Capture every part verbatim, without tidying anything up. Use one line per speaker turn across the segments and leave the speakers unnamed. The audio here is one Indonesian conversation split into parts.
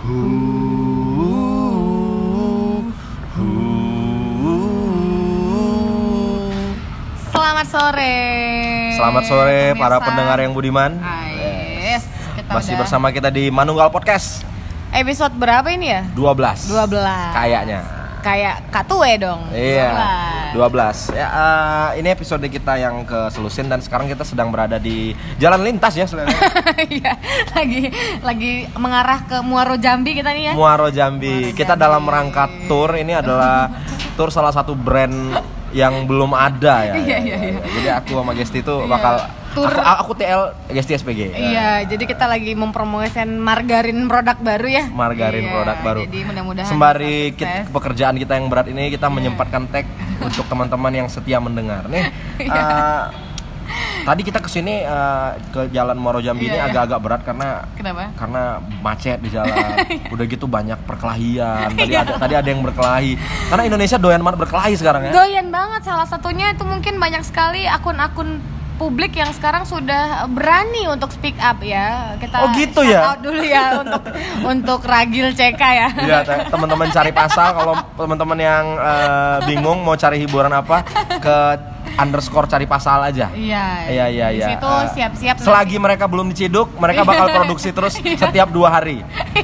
Selamat sore.
Selamat sore
pemirsa.
Para pendengar yang budiman.
Ah, yes. Kita
Masih
udah...
bersama kita di Manunggal Podcast.
Episode berapa ini ya?
dua belas.
dua belas.
Kayaknya.
Kayak Katue dong.
Iya. dua belas. Ya, uh, ini episode kita yang ke Selusin dan sekarang kita sedang berada di jalan lintas ya, sebenarnya.
Iya, lagi lagi mengarah ke Muaro Jambi kita nih ya.
Muaro Jambi.
Muaro
Kita
Jambi.
dalam rangka tour, ini adalah tour salah satu brand yang belum ada ya.
Iya, iya, iya.
Jadi aku sama Gesti itu
Iya.
bakal
Tour.
aku, aku T L, Gesti S P G.
Iya, jadi kita lagi mempromosikan margarin produk baru ya.
Margarin
Iya,
produk baru.
Jadi mudah-mudahan
sembari
bisa sukses.
kita, pekerjaan kita yang berat ini kita menyempatkan tag untuk teman-teman yang setia mendengar. Nih, uh, tadi kita kesini uh, ke Jalan Muaro Jambi
Iya,
ini
iya.
agak-agak berat karena
Kenapa?
karena macet di jalan. Udah gitu banyak perkelahian. Tadi ada tadi ada yang berkelahi. Karena Indonesia doyan banget berkelahi sekarang ya.
Doyan banget, salah satunya itu mungkin banyak sekali akun-akun publik yang sekarang sudah berani untuk speak up ya. Kita
Oh, gitu
shout
ya?
out dulu ya untuk untuk Ragil C K ya.
Iya, te- teman-teman cari pasal. Kalau teman-teman yang uh, bingung mau cari hiburan apa, ke underscore cari pasal aja.
Iya.
Iya iya
Di
iya.
situ
Uh,
siap-siap
selagi
nanti.
mereka belum diciduk, mereka bakal produksi terus setiap dua hari.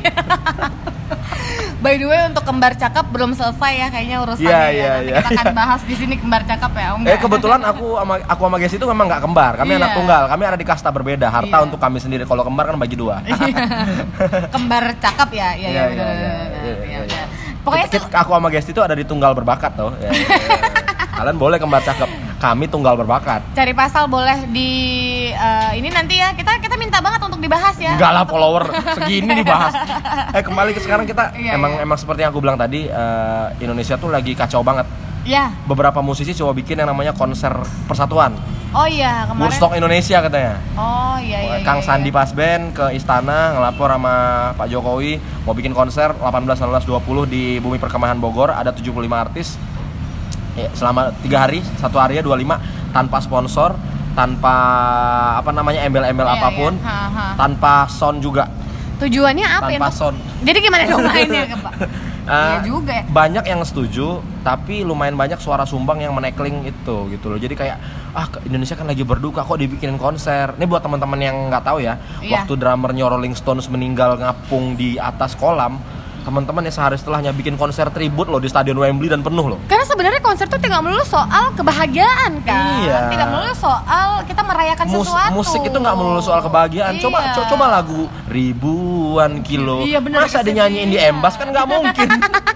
By the way, untuk kembar cakep belum selesai ya kayaknya urusannya
Iya,
ya.
iya,
Nanti
iya.
kita akan bahas di sini kembar cakep ya. Oh,
Eh
enggak?
kebetulan aku sama aku sama Gesi itu memang nggak kembar. Kami
Iya.
anak tunggal. Kami ada di kasta berbeda. Harta
Iya.
untuk kami sendiri. Kalau kembar kan bagi dua.
Kembar cakep ya. Iya, iya,
Iya,
benar,
iya,
benar,
iya,
benar.
iya,
Iya,
iya.
udah. Pokoknya
Kita- kita- aku sama Gesti itu ada di tunggal berbakat tuh. Ya, ya, ya. Kalian boleh kembar cakep. Kami tunggal berbakat.
cari pasal boleh di eh, ini nanti ya. Kita kita minta banget untuk dibahas ya.
Enggak lah, follower segini dibahas. Eh kembali ke sekarang kita
Iya,
emang
iya.
emang seperti yang aku bilang tadi, eh, Indonesia tuh lagi kacau banget.
Ya.
Beberapa musisi coba bikin yang namanya konser persatuan.
Oh iya, kemarin.
Woodstock Indonesia katanya.
Oh iya iya.
Kang
iya,
Sandi
iya.
Pasben ke istana ngelapor sama Pak Jokowi mau bikin konser delapan belas, sembilan belas, dua puluh di Bumi Perkemahan Bogor, ada tujuh puluh lima artis. Ya, selama tiga hari, satu harinya dua puluh lima tanpa sponsor, tanpa apa namanya embel-embel
Iya,
apapun,
iya. Ha, ha.
tanpa sound juga,
Tujuannya apa ya?
tanpa
Untuk-
sound.
Jadi gimana dong mainnya, Pak? Iya
Eh,
juga ya.
Banyak yang setuju, tapi lumayan banyak suara sumbang yang menekling itu gitu loh. Jadi kayak ah Indonesia kan lagi berduka kok dibikinin konser. Ini buat teman-teman yang nggak tahu ya,
Iya.
waktu drummernya Rolling Stones meninggal ngapung di atas kolam, teman-teman yang sehari setelahnya bikin konser tribute loh di Stadion Wembley dan penuh loh.
Karena sebenarnya konser tuh tidak melulu soal kebahagiaan kan.
Iya.
Tidak melulu soal kita merayakan
Mus-
sesuatu.
musik itu nggak melulu soal kebahagiaan. Coba
Iya.
co- coba lagu ribuan kilo.
Iya, bener,
Masa
kesini.
dinyanyiin di Embas kan nggak mungkin.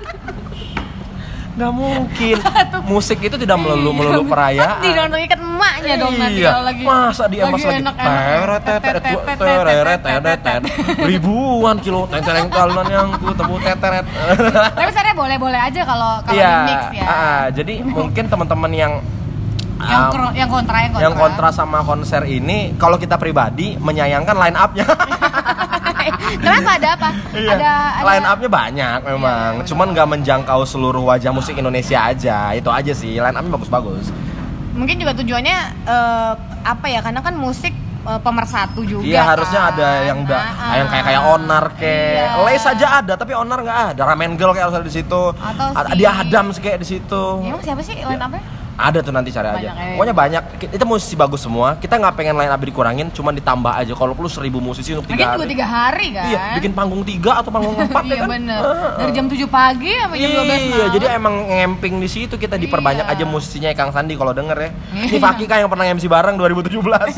Nggak mungkin. Musik itu tidak melulu melulu perayaan.
Sedih dong, ikat emaknya dong nanti
Iya.
kalau lagi.
Masa di Embas lagi
enak-enak.
teret teret teret teret teret ribuan kilo tenteleng talunan yang ku tebu teteret.
Tapi sebenarnya boleh-boleh aja kalau kalau
Iya.
di mix ya.
ah, jadi mungkin teman-teman yang
yang
um,
kro- yang kontra yang kontra.
yang kontra sama konser ini, kalau kita pribadi menyayangkan line up-nya.
Kenapa ada apa?
Iya.
Ada, ada
Line up-nya banyak memang,
Iya,
cuman nggak menjangkau seluruh wajah musik Indonesia aja. Itu aja sih, line up-nya bagus-bagus.
Mungkin juga tujuannya eh, apa ya? Karena kan musik eh, pemersatu juga.
Iya, harusnya
kan.
ada yang da,
Ah,
yang kayak kayak Onar kayak
Iya.
Les aja ada, tapi Onar nggak ada. Ramen Girl kayak harus ada di situ.
Atau
Ada
si-
dia Adams kayak di situ.
Ya, emang siapa sih line up-nya?
Ada tuh, nanti cari aja.
Banyak, ya.
Pokoknya banyak. Itu musisi bagus semua. Kita nggak pengen line up dikurangin, cuman ditambah aja. Kalau perlu seribu musisi untuk
Mungkin
tiga
juga
hari.
tiga hari kan?
Iya, bikin panggung tiga atau panggung empat ya
Iya
kan?
bener.
Ah,
Dari jam tujuh pagi sampai jam dua belas malam.
Iya, jadi emang ngemping di situ kita diperbanyak
Iya.
aja musisinya Kang Sandi kalau denger ya. Ini
Iya.
Fakika yang pernah M C bareng dua ribu tujuh belas.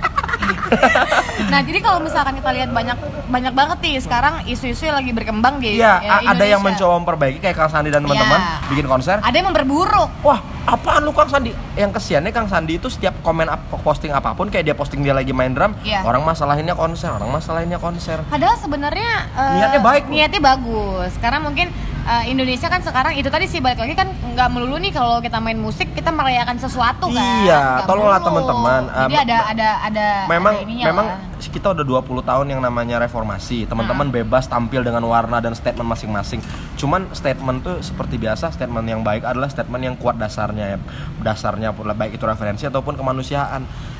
Nah, jadi kalau misalkan kita lihat banyak banyak banget nih sekarang isu-isu yang lagi berkembang di
Iya,
ya,
a- ada yang
Indonesia.
mencoba memperbaiki kayak Kang Sandi dan teman-teman
Iya.
bikin konser.
Ada yang memperburuk.
Wah, apaan lu Kang Sandi? Yang kesiannya Kang Sandi itu setiap komen ap- posting apapun, kayak dia posting dia lagi main drum,
Iya.
orang masalahinnya konser, orang masalahinnya konser.
Padahal sebenarnya eh,
Niatnya baik loh.
Niatnya bagus. Karena mungkin eh, Indonesia kan sekarang itu tadi sih balik lagi kan nggak melulu nih kalau kita main musik kita merayakan sesuatu kan.
Iya,
Nggak
tolonglah
melulu.
teman-teman.
Jadi
Um,
ada ada ada
memang
ada ininya
memang
lah.
kita udah dua puluh tahun yang namanya reformasi. Teman-teman bebas tampil dengan warna dan statement masing-masing. Cuman statement tuh seperti biasa, statement yang baik adalah statement yang kuat dasarnya ya. Dasarnya pula baik itu referensi ataupun kemanusiaan.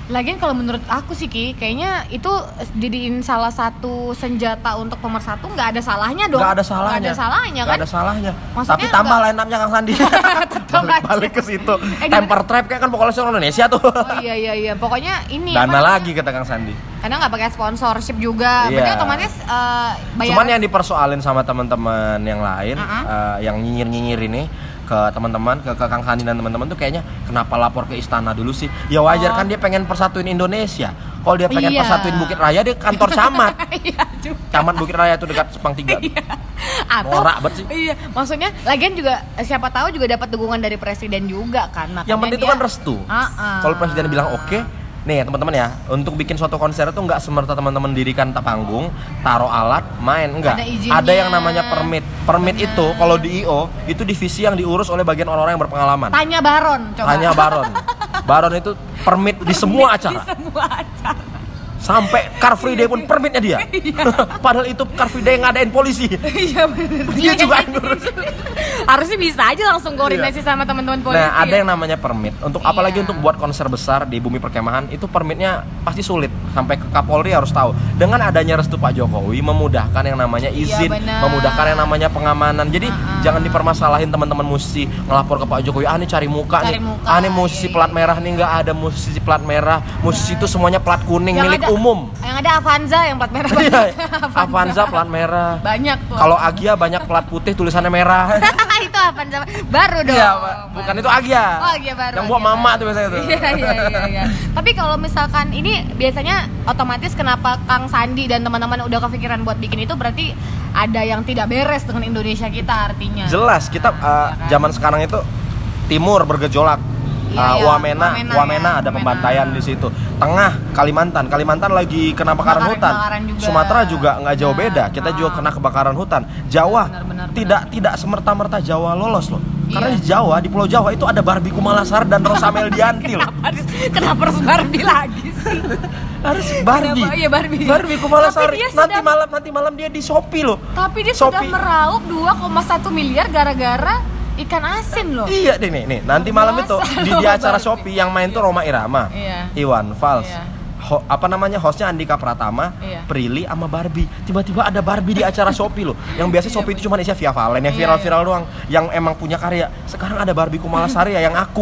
Lagian kalau menurut aku sih Ki, kayaknya itu jadiin salah satu senjata untuk pemersatu, nggak ada salahnya dong.
Nggak ada salahnya.
Nggak ada salahnya kan?
Nggak ada salahnya.
Maksudnya
tapi tambah
nggak-
line up-nya Kang Sandi.
Tetep
balik,
aja.
balik ke situ.
Eh, gimana?
Temper Trap kayak kan vokalis orang Indonesia tuh.
Oh iya iya iya, pokoknya ini
Dana
apa-
lagi kata Kang Sandi.
karena nggak pakai sponsorship juga,
Iya.
berarti otomatis uh, bayar.
Cuman yang dipersoalin sama teman-teman yang lain,
Uh-uh.
uh, yang nyinyir-nyinyir ini ke teman-teman, ke, ke Kang Sandi dan teman-teman tuh kayaknya kenapa lapor ke istana dulu sih? Ya wajar
Oh.
kan dia pengen persatuin Indonesia. Kalau dia pengen
Iya.
persatuin Bukit Raya, dia kantor camat.
Iya juga.
Camat Bukit Raya itu dekat Sepang tiga.
Iya. Atau
Norak banget sih.
Iya, maksudnya lagian juga siapa tahu juga dapat dukungan dari presiden juga kan. Makanya
Yang penting itu
dia-
kan restu.
Ah-ah.
Kalau presiden bilang oke, nih teman-teman ya, untuk bikin suatu konser itu nggak semerta teman-teman dirikan tak panggung, taruh alat, main, enggak.
Ada izinnya.
Ada yang namanya permit. Permit
Benar.
itu kalau di I O itu divisi yang diurus oleh bagian orang-orang yang berpengalaman.
Tanya Baron coba.
Tanya Baron. Baron itu permit di semua acara.
Di semua acara.
Sampai Car Free Day pun permitnya dia. Padahal itu Car Free Day ngadain polisi.
Iya benar.
Dia juga yang ngurus.
Harusnya bisa aja langsung koordinasi sama teman-teman polisi.
Nah, ada
ya.
yang namanya permit. Untuk
Iya.
apalagi untuk buat konser besar di Bumi Perkemahan itu permitnya pasti sulit. Sampai ke Kapolri harus tahu. Dengan adanya restu Pak Jokowi memudahkan yang namanya izin,
Iya, benar.
memudahkan yang namanya pengamanan. Jadi
Uh-uh.
jangan dipermasalahin teman-teman musisi ngelapor ke Pak Jokowi. Ah, ini cari muka
Cari
nih.
muka,
Ah, ini musisi
iya,
plat merah nih, nggak ada musisi plat merah. Musisi itu semuanya plat kuning
Yang
milik
ada-
umum.
Yang ada Avanza yang plat merah.
Iya, Avanza plat merah.
Banyak tuh.
Kalau Agia banyak plat putih tulisannya merah.
itu Avanza baru dong.
Iya, Pak. Bukan itu Agia.
Oh, Agia baru.
Yang buat
Agia
mama
baru.
tuh biasanya tuh.
Iya, iya, iya, iya. Tapi kalau misalkan ini biasanya otomatis kenapa Kang Sandi dan teman-teman udah kepikiran buat bikin itu berarti ada yang tidak beres dengan Indonesia kita artinya.
Jelas kita uh,
Iya kan?
zaman sekarang itu timur bergejolak.
Iya,
Uh,
iya.
Wamena,
Wamena,
Wamena
ya.
ada
Wamena.
pembantaian di situ. Tengah Kalimantan, Kalimantan lagi kena kebakaran
Kebakaran-
hutan.
kebakaran juga.
Sumatera juga nggak jauh
Benar.
beda. Kita juga
Ah.
kena kebakaran hutan. Jawa
Benar, benar,
tidak tidak semerta-merta Jawa lolos loh. Karena
Iya.
di Jawa, di Pulau Jawa itu ada Barbie Kumalasar dan Rosa Meldianti loh.
Kenapa harus, kenapa harus Barbie lagi sih?
Harus Barbie.
Kenapa? Iya, Barbie.
Barbie Kumalasari.
Tapi dia
Nanti
sudah-
malam nanti malam dia di Shopee loh.
Tapi dia sudah
Shopee.
meraup dua koma satu miliar gara-gara ikan asin loh.
Iya deh nih, nih nanti malam itu
Biasa
di,
loh,
di acara
Barbie.
Shopee yang main tuh Roma Irama,
Iya.
Iwan Fals,
Iya.
ho- apa namanya hostnya Andika Pratama,
Iya.
Prilly sama Barbie. Tiba-tiba ada Barbie di acara Shopee loh. Yang biasa
Iya,
Shopee itu cuma isinya Via Valen, yang
Iya,
viral-viral doang, yang emang punya karya. Sekarang ada Barbie Kumalasari ya yang aku.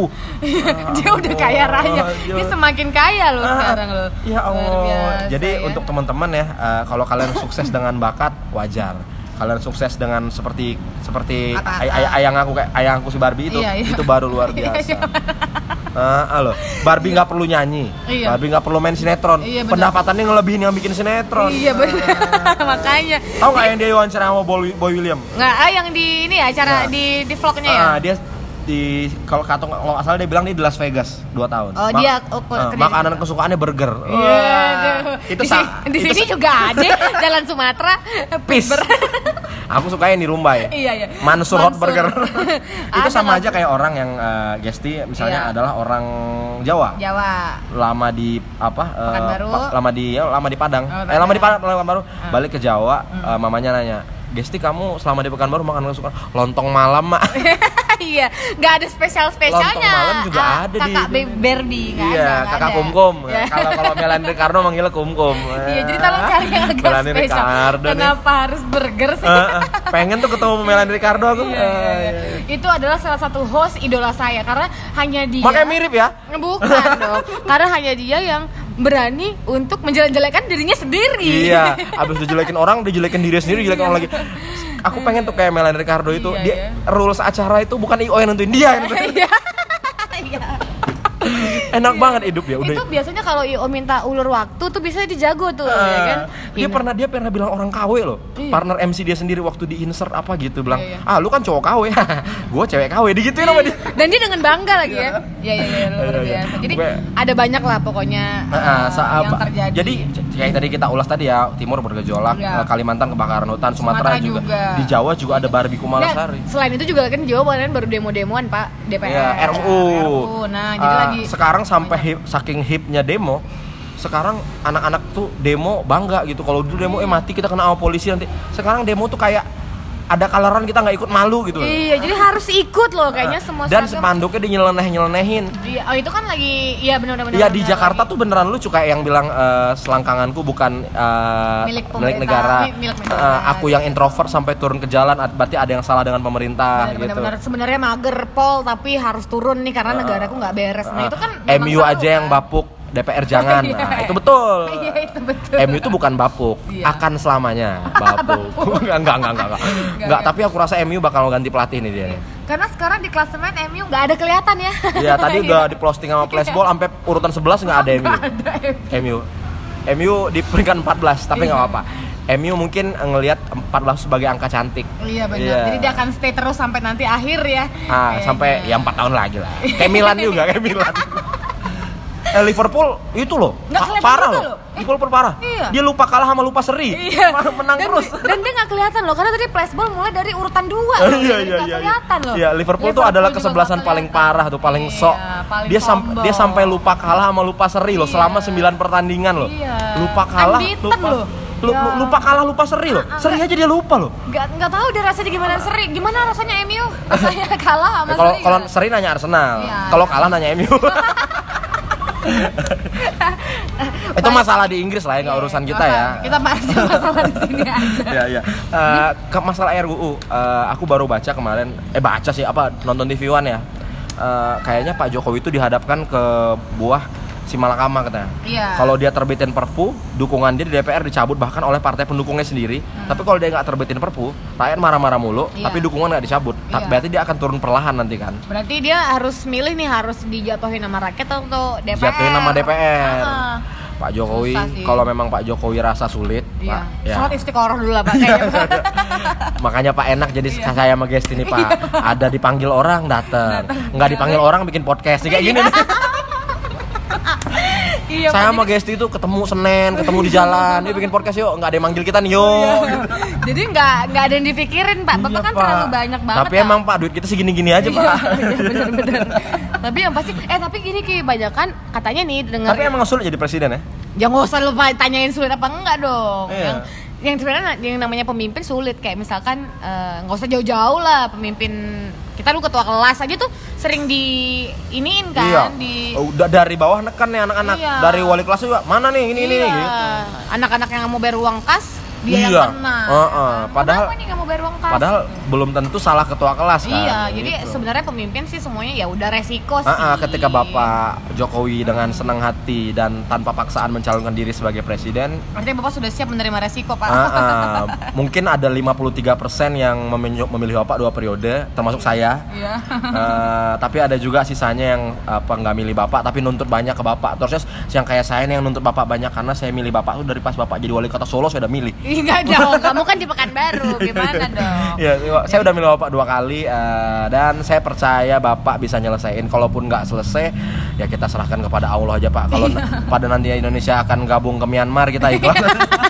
Dia udah kaya raya. Dia semakin kaya loh
Ah,
sekarang loh.
Ya
Luar
Allah.
biasa,
Jadi
ya.
untuk teman-teman ya, uh, kalau kalian sukses dengan bakat, wajar. Kalian sukses dengan seperti seperti
Kakak.
ay- ay- ayang aku kayak ayang aku si Barbie itu,
Iya, iya.
itu baru luar
Iya,
biasa.
iya.
Ah, loh. Barbie nggak perlu nyanyi,
Iya.
Barbie nggak perlu main sinetron.
Iya, benar.
Pendapatannya ngelebihin yang bikin sinetron.
Iya benar. Makanya.
Tahu nggak yang dia wawancara sama Boy, Boy William?
Nggak, ah yang di ini ya acara
Nah.
di di vlognya ya.
Ah, dia di kalau kata kalau nggak salah dia bilang dia di Las Vegas dua tahun.
Oh, dia- oh,
ah,
kerja di
makanan
situ.
kesukaannya burger.
Iya,
Wah,
aduh.
itu
di,
sa-
si- di
itu
sini
sa-
juga ada Jalan Sumatera.
Peace.
Ber-
Aku sukanya di Rumbai.
Iya, iya.
Mansur Hot
Mansur.
Burger. Itu
Ada
sama
nggak?
aja kayak orang yang uh, Gesti misalnya
Iya.
adalah orang Jawa.
Jawa.
Lama di apa? uh,
Pekanbaru.
pa- lama di ya, lama di Padang.
Oh,
eh lama di
Padang.
Padang, Pekanbaru.
Ah.
Balik ke Jawa, uh, mamanya nanya, "Gesti kamu selama di Pekanbaru makan kesukaan lontong malam, Mak?"
Iya, nggak ada spesial spesialnya.
Lontong malam juga
Ah,
ada di-
kakak Be- Berdi, nggak
Iya,
ada. nggak
kakak
ada.
kumkum.
Iya.
Kalau kalau Melan Ricardo manggilnya kumkum.
Iya, jadi tolong cari yang agak
Melanie
spesial.
Ricardo nih.
Kenapa harus burger sih?
Eh, eh, pengen tuh ketemu Melan Ricardo aku.
Iya, iya,
Eh,
iya.
iya.
Itu adalah salah satu host idola saya karena hanya dia.
Makanya mirip ya.
Bukan dong. Karena hanya dia yang berani untuk menjelek-jelekan dirinya sendiri.
Iya, abis dijelekin orang, dijelekin diri sendiri, dijelekin orang lagi. Aku pengen tuh kayak Melan Ricardo itu,
Iya,
dia
iya.
rules acara itu bukan I O yang nentuin, dia yang nentuin.
Iya. Iya.
Enak banget hidup ya, udah.
Itu biasanya kalau I O minta ulur waktu tuh biasanya dijago tuh,
Eh,
ya kan?
dia
Ini.
pernah dia pernah bilang orang K W loh.
Iya.
Partner M C dia sendiri waktu di insert apa gitu bilang,
Iya, iya.
"Ah, lu kan cowok K W." Gua cewek K W, digituin sama dia.
Dan dia dengan bangga lagi ya. Iya iya iya luar
Iya, iya.
biasa. Jadi
Gue-
ada banyak lah pokoknya
Nah,
uh,
sa-
yang
apa-
terjadi.
Jadi kayak tadi kita ulas tadi ya, timur bergejolak,
Iya.
eh, Kalimantan kebakaran hutan, Sumatera,
Sumatera
juga.
juga.
Di Jawa juga ada Barbie Kumalasari.
Nah, selain itu juga kan Jawa kemarin baru demo-demoan Pak D P R.
Iya, R U U.
R U U. Nah, jadi
Ah,
lagi
sekarang sampai hip, saking hipnya demo, sekarang anak-anak tuh demo bangga gitu. Kalau dulu demo eh mati kita kena sama polisi nanti. Sekarang demo tuh kayak ada coloran kita nggak ikut malu gitu.
Iya, jadi harus ikut loh kayaknya semua.
Dan
seragam.
spanduknya dinyeleneh-nyelenehin.
Iya, oh itu kan lagi, iya benar-benar.
Iya di Jakarta lagi. Tuh beneran lucu kayak yang bilang uh, selangkanganku bukan uh,
milik,
milik negara.
Milik
uh, aku yang introvert sampai turun ke jalan, berarti ada yang salah dengan pemerintah. Bener, gitu.
Benar-benar sebenarnya mager Pol, tapi harus turun nih karena uh, negaraku nggak beres. Nah uh, itu kan.
M U aja yang bapuk. D P R jangan, nah itu betul.
Iya itu betul.
M U itu bukan bapuk, iya. Akan selamanya bapuk. enggak, enggak, enggak, enggak, enggak. Enggak, tapi aku rasa M U bakal ganti pelatih nih dia. Iya.
Karena sekarang di klasemen M U nggak ada kelihatan ya.
Iya, tadi udah di posting sama Flashball sampai urutan sebelas nggak ada M U. M U. M U di peringkat empat belas, tapi nggak apa-apa. M U mungkin ngelihat empat belas sebagai angka cantik.
Iya benar. Iya. Jadi dia akan stay terus sampai nanti akhir ya.
Ah, sampai ya empat tahun lagi lah. Kayak Milan juga, kayak Milan. Eh, Liverpool itu loh, pa- parah loh. loh. Liverpool parah. Iya. Dia lupa kalah sama lupa seri. Iya. Menang
dan,
terus.
Dan dia nggak kelihatan loh, karena tadi flashball mulai dari urutan dua.
Loh, iya, iya, iya. kelihatan loh. Iya, Liverpool, Liverpool tuh adalah kesebelasan paling parah tuh, paling iya, sok. Paling dia sam- dia sampai lupa kalah sama lupa seri loh, iya. Selama sembilan pertandingan loh. Iya. Lupa kalah, lupa. Loh. Lu, ya. Lupa kalah lupa seri loh, seri aja dia lupa loh.
Gak nggak tahu dia rasanya gimana seri, gimana rasanya M U, rasanya kalah sama
kalau
seri.
Kalau seri nanya Arsenal, iya. Kalau kalah nanya M U. Itu masalah di Inggris lah ya, nggak urusan kita ya.
Kita bahas masalah di sini aja.
Iya iya. Uh, ke masalah R U U, uh, aku baru baca kemarin, eh baca sih apa nonton T V One ya. Uh, kayaknya Pak Jokowi itu dihadapkan ke buah si Malakama katanya. Iya. Kalau dia terbitin Perpu, dukungan dia di D P R dicabut bahkan oleh partai pendukungnya sendiri. Hmm. Tapi kalau dia nggak terbitin Perpu, rakyat marah-marah mulu, iya. Tapi dukungan nggak dicabut. Iya. Berarti dia akan turun perlahan nanti kan. Berarti dia harus milih nih, harus dijatuhin nama rakyat atau D P R. Dijatuhin nama D P R. Ah. Pak Jokowi, kalau memang Pak Jokowi rasa sulit, iya. Pak, ya. Sholat istiqoroh dulu lah Pak. Makanya Pak enak jadi iya. Saya sama guest ini Pak. Iya. Ada dipanggil orang datang, nggak dipanggil orang bikin podcast kayak gini. Iya, saya sama Gesti itu ketemu Senin, ketemu di jalan, yuk bikin podcast yuk, nggak ada yang manggil kita nih yuk. Iya. Jadi nggak nggak ada yang dipikirin Pak, Bapak iya, kan Pak. Terlalu banyak banget. Tapi emang Pak duit kita segini-gini aja Pak. Iya benar-benar. Tapi yang pasti, eh tapi gini kebanyakan katanya nih dengar. Tapi emang sulit jadi presiden ya? Ya nggak usah lupa tanyain sulit apa enggak dong. Iya. Yang yang sebenarnya yang namanya pemimpin sulit kayak misalkan nggak uh, usah jauh-jauh lah pemimpin. Kita lu ketua kelas aja tuh sering di iniin kan iya. di udah dari bawah nekan nih anak-anak iya. Dari wali kelas juga mana nih ini iya. Ini gitu. Anak-anak yang nggak mau bayar uang kas dia iya. Yang kena. Uh, uh. Padahal nih nggak mau bayar uang kas? Padahal belum tentu salah ketua kelas kan. Iya, jadi gitu. Sebenarnya pemimpin sih semuanya ya udah resiko sih. Uh, uh, ketika Bapak Jokowi dengan senang hati dan tanpa paksaan mencalonkan diri sebagai presiden, artinya Bapak sudah siap menerima resiko Pak. Uh, uh, mungkin ada lima puluh tiga persen yang memilih, memilih Bapak dua periode, termasuk saya. Iya. Uh, tapi ada juga sisanya yang apa nggak milih Bapak tapi nuntut banyak ke Bapak. Terus yang kayak saya nih yang nuntut Bapak banyak karena saya milih Bapak tuh dari pas Bapak jadi wali kota Solo saya udah milih. Enggak dong, kamu kan di Pekanbaru, gimana dong? Ya, saya udah milih Bapak dua kali uh, dan saya percaya Bapak bisa nyelesain. Kalaupun nggak selesai, ya kita serahkan kepada Allah aja Pak. Kalau pada nanti Indonesia akan gabung ke Myanmar kita ikhlas.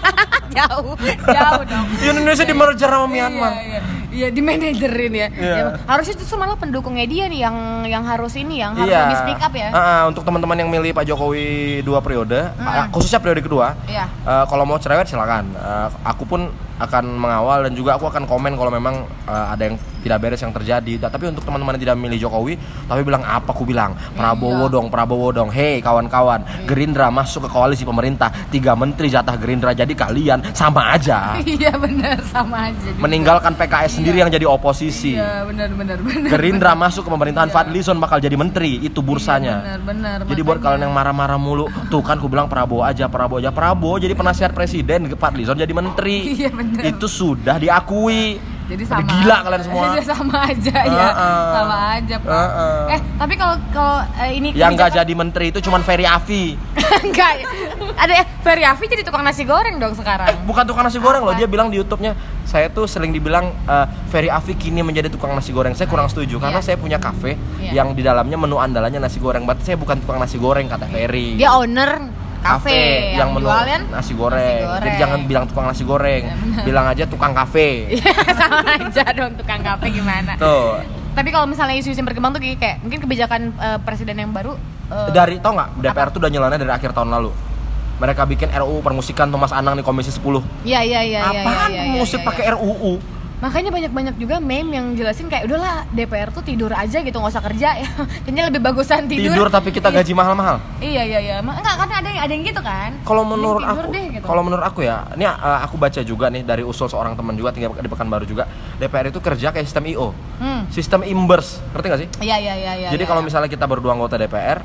Jauh, jauh dong. Indonesia di merger sama Myanmar. Iya, iya. Iya di manajerin ya. Yeah. Ya. Harusnya itu malah pendukungnya dia nih yang yang harus ini yang harus yeah. Lebih speak up ya. Uh, untuk teman-teman yang milih Pak Jokowi dua periode, mm. khususnya periode kedua, yeah. uh, kalau mau cerewet silakan. Uh, aku pun akan mengawal dan juga aku akan komen kalau memang uh, ada yang tidak beres yang terjadi. Tapi untuk teman-teman yang tidak milih Jokowi, tapi bilang apa aku bilang Prabowo iya. dong, Prabowo dong. Hei kawan-kawan, iya. Gerindra masuk ke koalisi pemerintah, tiga menteri jatah Gerindra jadi kalian sama aja. Iya benar sama aja. Juga. Meninggalkan P K S sendiri iya. Yang jadi oposisi. Iya benar benar benar. Gerindra benar. Masuk ke pemerintahan iya. Fadlizon bakal jadi menteri, itu bursanya. Iya, benar benar. Jadi buat kalian yang marah-marah mulu, tuh kan aku bilang Prabowo aja, Prabowo aja, Prabowo jadi penasihat presiden, Fadlizon jadi menteri. Iya benar. Itu sudah diakui. Jadi sama gila kalian semua. Sama aja ya. Uh-uh. Sama aja, Pak. Uh-uh. Eh, tapi kalau kalau uh, ini yang enggak jadi menteri itu cuman Ferry Afi. Enggak. Ada eh Ferry Afi jadi tukang nasi goreng dong sekarang. Eh, bukan tukang nasi goreng apa? Loh, dia bilang di YouTube-nya, saya tuh sering dibilang uh, Ferry Afi kini menjadi tukang nasi goreng. Saya kurang setuju karena yeah. Saya punya kafe yeah. Yang di dalamnya menu andalannya nasi goreng. Berarti saya bukan tukang nasi goreng kata Ferry. Dia owner kafe yang, yang menu nasi goreng. nasi goreng. Jadi jangan bilang tukang nasi goreng, ya, bilang aja tukang kafe. Sama aja dong tukang kafe gimana? Tuh. Tapi kalau misalnya isu-isu yang berkembang tuh kayak mungkin kebijakan uh, presiden yang baru uh, dari tau nggak D P R apa? Tuh udah nyeleneh dari akhir tahun lalu. Mereka bikin R U U permusikan Thomas Anang di Komisi sepuluh. Iya iya iya. Apaan ya, ya, ya, musik ya, ya, pakai ya. R U U?
Makanya banyak-banyak juga meme yang jelasin kayak udahlah D P R tuh tidur aja gitu, nggak usah kerja ya. Kayaknya lebih bagusan tidur.
Tidur tapi kita gaji mahal-mahal.
Iya iya iya. Enggak, kan ada yang ada yang gitu kan.
Kalau menurut aku,
gitu.
Kalau menurut aku ya, ini uh, aku baca juga nih dari usul seorang teman juga tinggal di Pekanbaru juga. D P R itu kerja kayak sistem I O. Hmm. Sistem imbers. Ngerti enggak sih?
Iya iya iya iya.
Jadi
ya,
kalau
ya.
misalnya kita berdua anggota D P R,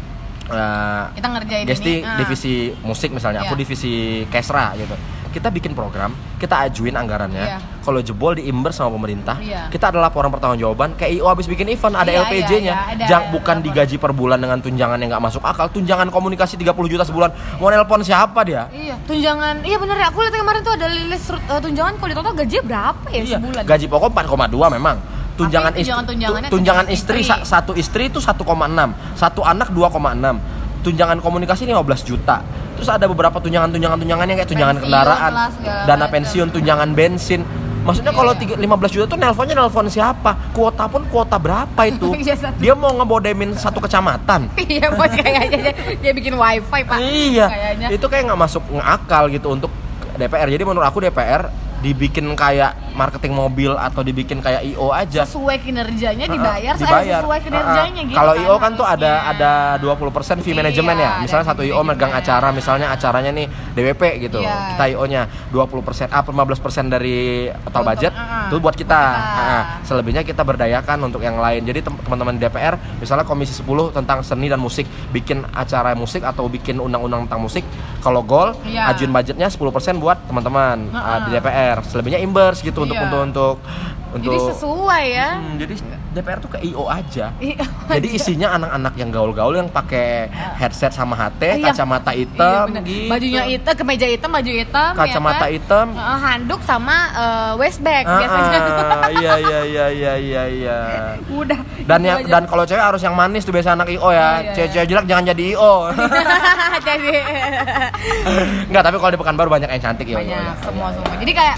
uh,
kita ngerjain
Gesti
ini.
divisi musik misalnya,
ya.
aku divisi Kesra gitu. Kita bikin program, kita ajuin anggarannya.
Iya.
Kalau jebol diimbers sama pemerintah,
iya.
kita ada laporan pertanggungjawaban. Kayak I O habis bikin event ada
iya,
L P J-nya.
Iya, iya,
Jangan bukan digaji per bulan dengan tunjangan yang nggak masuk akal. Tunjangan komunikasi tiga puluh juta sebulan. Mau nelpon siapa dia?
Iya, tunjangan. Iya bener ya. Aku lihat kemarin tuh ada list uh, tunjangan kalau di total gajinya berapa ya
iya.
sebulan?
Gaji pokok empat koma dua memang. Tunjangan istri, tunjangan, tunjangan istri, istri satu istri itu satu koma enam, satu anak dua koma enam. Tunjangan komunikasi lima belas juta. Terus ada beberapa tunjangan-tunjangan-tunjangan yang kayak tunjangan pensiun, kendaraan, dana pensiun, tunjangan bensin. Maksudnya yeah, kalau yeah. lima belas juta tuh nelponnya nelpon siapa? Kuota pun kuota berapa itu? Dia mau ngebodemin satu kecamatan.
Iya, bos kayaknya dia bikin wifi, Pak.
Iya. Kayaknya. Itu kayak nggak masuk ngakal gitu untuk D P R. Jadi menurut aku D P R dibikin kayak marketing mobil atau dibikin kayak I O aja.
Sesuai kinerjanya dibayar,
uh, dibayar.
sesuai kinerjanya uh, uh. gitu.
Kalau
kan,
I O kan tuh
harusnya.
ada ada dua puluh persen fee manajemen iya, ya. Misalnya satu I O megang acara, misalnya acaranya nih D W P gitu. Iya. Kita I O-nya dua puluh persen ah lima belas persen dari total budget uh, itu buat kita. kita. Uh, selebihnya kita berdayakan untuk yang lain. Jadi teman-teman D P R misalnya komisi sepuluh tentang seni dan musik, bikin acara musik atau bikin undang-undang tentang musik, kalau goal iya. ajuin budgetnya sepuluh persen buat teman-teman uh, uh. Uh, di D P R. Selebihnya imbers gitu iya. untuk untuk untuk
jadi sesuai ya.
Hmm, jadi D P R tuh ke I O aja. I O jadi aja. Isinya anak-anak yang gaul-gaul yang pakai headset sama H T, iya. kacamata hitam, iya, gitu.
Bajunya hitam, kemeja hitam, baju hitam,
kacamata
ya kan?
hitam,
uh, handuk sama uh, waist bag
uh,
biasanya.
Uh, iya iya iya iya iya iya.
Udah.
Dan yang dan kalau cewek harus yang manis tuh biasa anak I O ya. Oh, iya, cewek-cewek jelek jangan jadi I O.
Jadi
enggak, tapi kalau di Pekanbaru banyak yang cantik ya.
Banyak, ya, semua ya, semua. Ya. Jadi kayak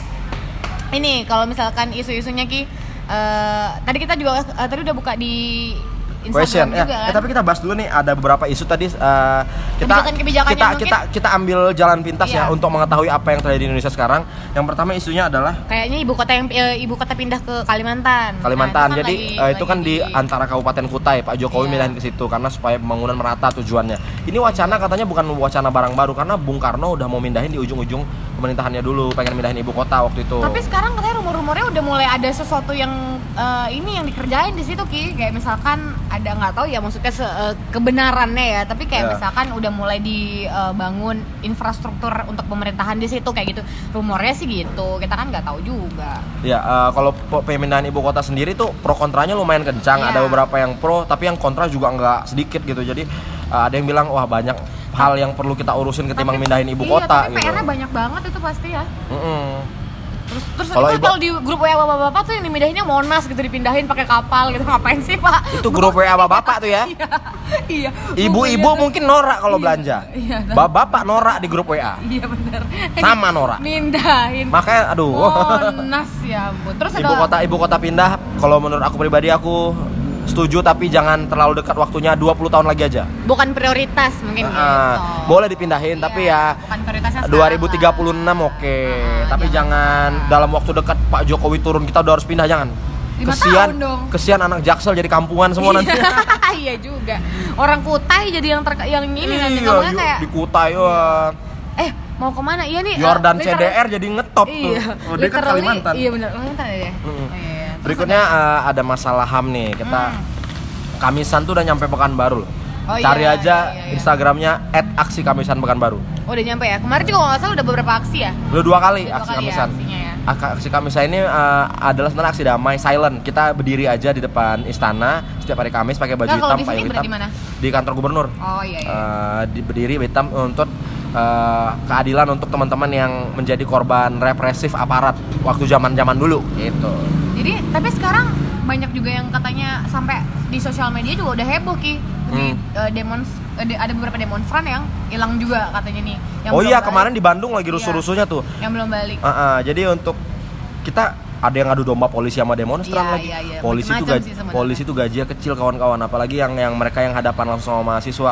ini kalau misalkan isu-isunya Ki, uh, tadi kita juga uh, tadi udah buka di Instagram
ya.
juga kan.
Eh, tapi kita bahas dulu nih, ada beberapa isu tadi uh, kita
kebijakan-kebijakan
kita
yang
kita kita ambil jalan pintas
iya.
ya untuk mengetahui apa yang terjadi di Indonesia sekarang. Yang pertama isunya adalah
kayaknya ibu kota yang uh, ibu kota pindah ke Kalimantan.
Kalimantan. Nah, itu kan Jadi
lagi,
uh, itu kan
di...
di antara Kabupaten Kutai. Pak Jokowi iya. mindahin ke situ karena supaya pembangunan merata tujuannya. Ini wacana katanya bukan wacana barang baru karena Bung Karno udah mau mindahin di ujung-ujung pemerintahannya dulu, pengen mindahin ibu kota waktu itu.
Tapi sekarang katanya rumor-rumornya udah mulai ada sesuatu yang uh, ini yang dikerjain di situ Ki, kayak misalkan ada nggak tahu ya maksudnya se- uh, kebenarannya ya, tapi kayak yeah. misalkan udah mulai dibangun uh, infrastruktur untuk pemerintahan di situ kayak gitu. Rumornya sih gitu. Kita kan nggak tahu juga.
Ya, uh, kalau pemindahan ibu kota sendiri tuh pro kontranya lumayan kencang. Yeah. Ada beberapa yang pro, tapi yang kontra juga nggak sedikit gitu. Jadi uh, ada yang bilang wah banyak hal yang perlu kita urusin ketimbang tapi, mindahin ibu
iya,
kota
tapi
gitu. P R-nya
banyak banget itu pasti ya.
Mm-mm.
Terus terus
kalau
itu
ibu...
kalau di grup W A bapak-bapak tuh yang dimindahinnya Monas gitu, dipindahin pakai kapal gitu. Ngapain sih, Pak?
Itu grup W A bapak tuh ya.
Iya.
Ibu-ibu mungkin norak kalau
iya,
belanja.
Iya,
bapak norak di grup W A.
Iya benar.
Sama norak.
Mindahin.
Makanya aduh.
Monas ya, Bu. Terus
ibu
ada...
kota ibu kota pindah, kalau menurut aku pribadi aku setuju, tapi jangan terlalu dekat waktunya, dua puluh tahun lagi aja.
Bukan prioritas mungkin
uh,
gitu.
Boleh dipindahin, iya, tapi ya dua ribu tiga puluh enam oke. Okay. Uh, tapi jangan, jangan dalam waktu dekat Pak Jokowi turun kita udah harus pindah, jangan. Kesian, kesian anak Jaksel jadi kampungan semua nanti.
Iya juga. Orang Kutai jadi yang ter yang ini
iya,
nanti ngomongnya kayak
di Kutai wah.
Eh, mau kemana? Iya nih.
Jordan
uh,
C D R jadi ngetop
iya,
tuh. Oh, dia kan Kalimantan.
Iya benar, Kalimantan ya.
Hmm. Oh, iya. Berikutnya uh, ada masalah H A M nih. Kita hmm. Kamisan tuh udah nyampe Pekanbaru loh. Oh, Cari iya, aja iya, iya. Instagramnya et aksi kamisan Pekanbaru.
Oh udah nyampe ya? Kemarin juga kalau nggak salah udah beberapa aksi ya?
Udah dua kali
udah
aksi
dua kali
kamisan.
Ya, ya.
Aksi kamisan ini uh, adalah sebenarnya aksi damai, silent. Kita berdiri aja di depan istana setiap hari Kamis pakai baju
nah,
hitam, payung hitam.
Di mana?
Di kantor gubernur.
Oh iya. iya.
Uh, di berdiri hitam untuk uh, keadilan untuk teman-teman yang menjadi korban represif aparat waktu zaman-zaman dulu gitu.
Jadi tapi sekarang banyak juga yang katanya sampai di sosial media juga udah heboh Ki. Di hmm. uh, demons uh, ada beberapa demonstran yang hilang juga katanya nih. Yang
oh iya,
balik.
Kemarin di Bandung lagi rusuh-rusuhnya tuh.
Yang belum balik.
Uh, uh, jadi untuk kita ada yang adu domba polisi sama demonstran
iya,
lagi.
Iya, iya.
Polisi itu gaji, polisi itu gajinya kecil kawan-kawan, apalagi yang yang mereka yang hadapan langsung sama mahasiswa.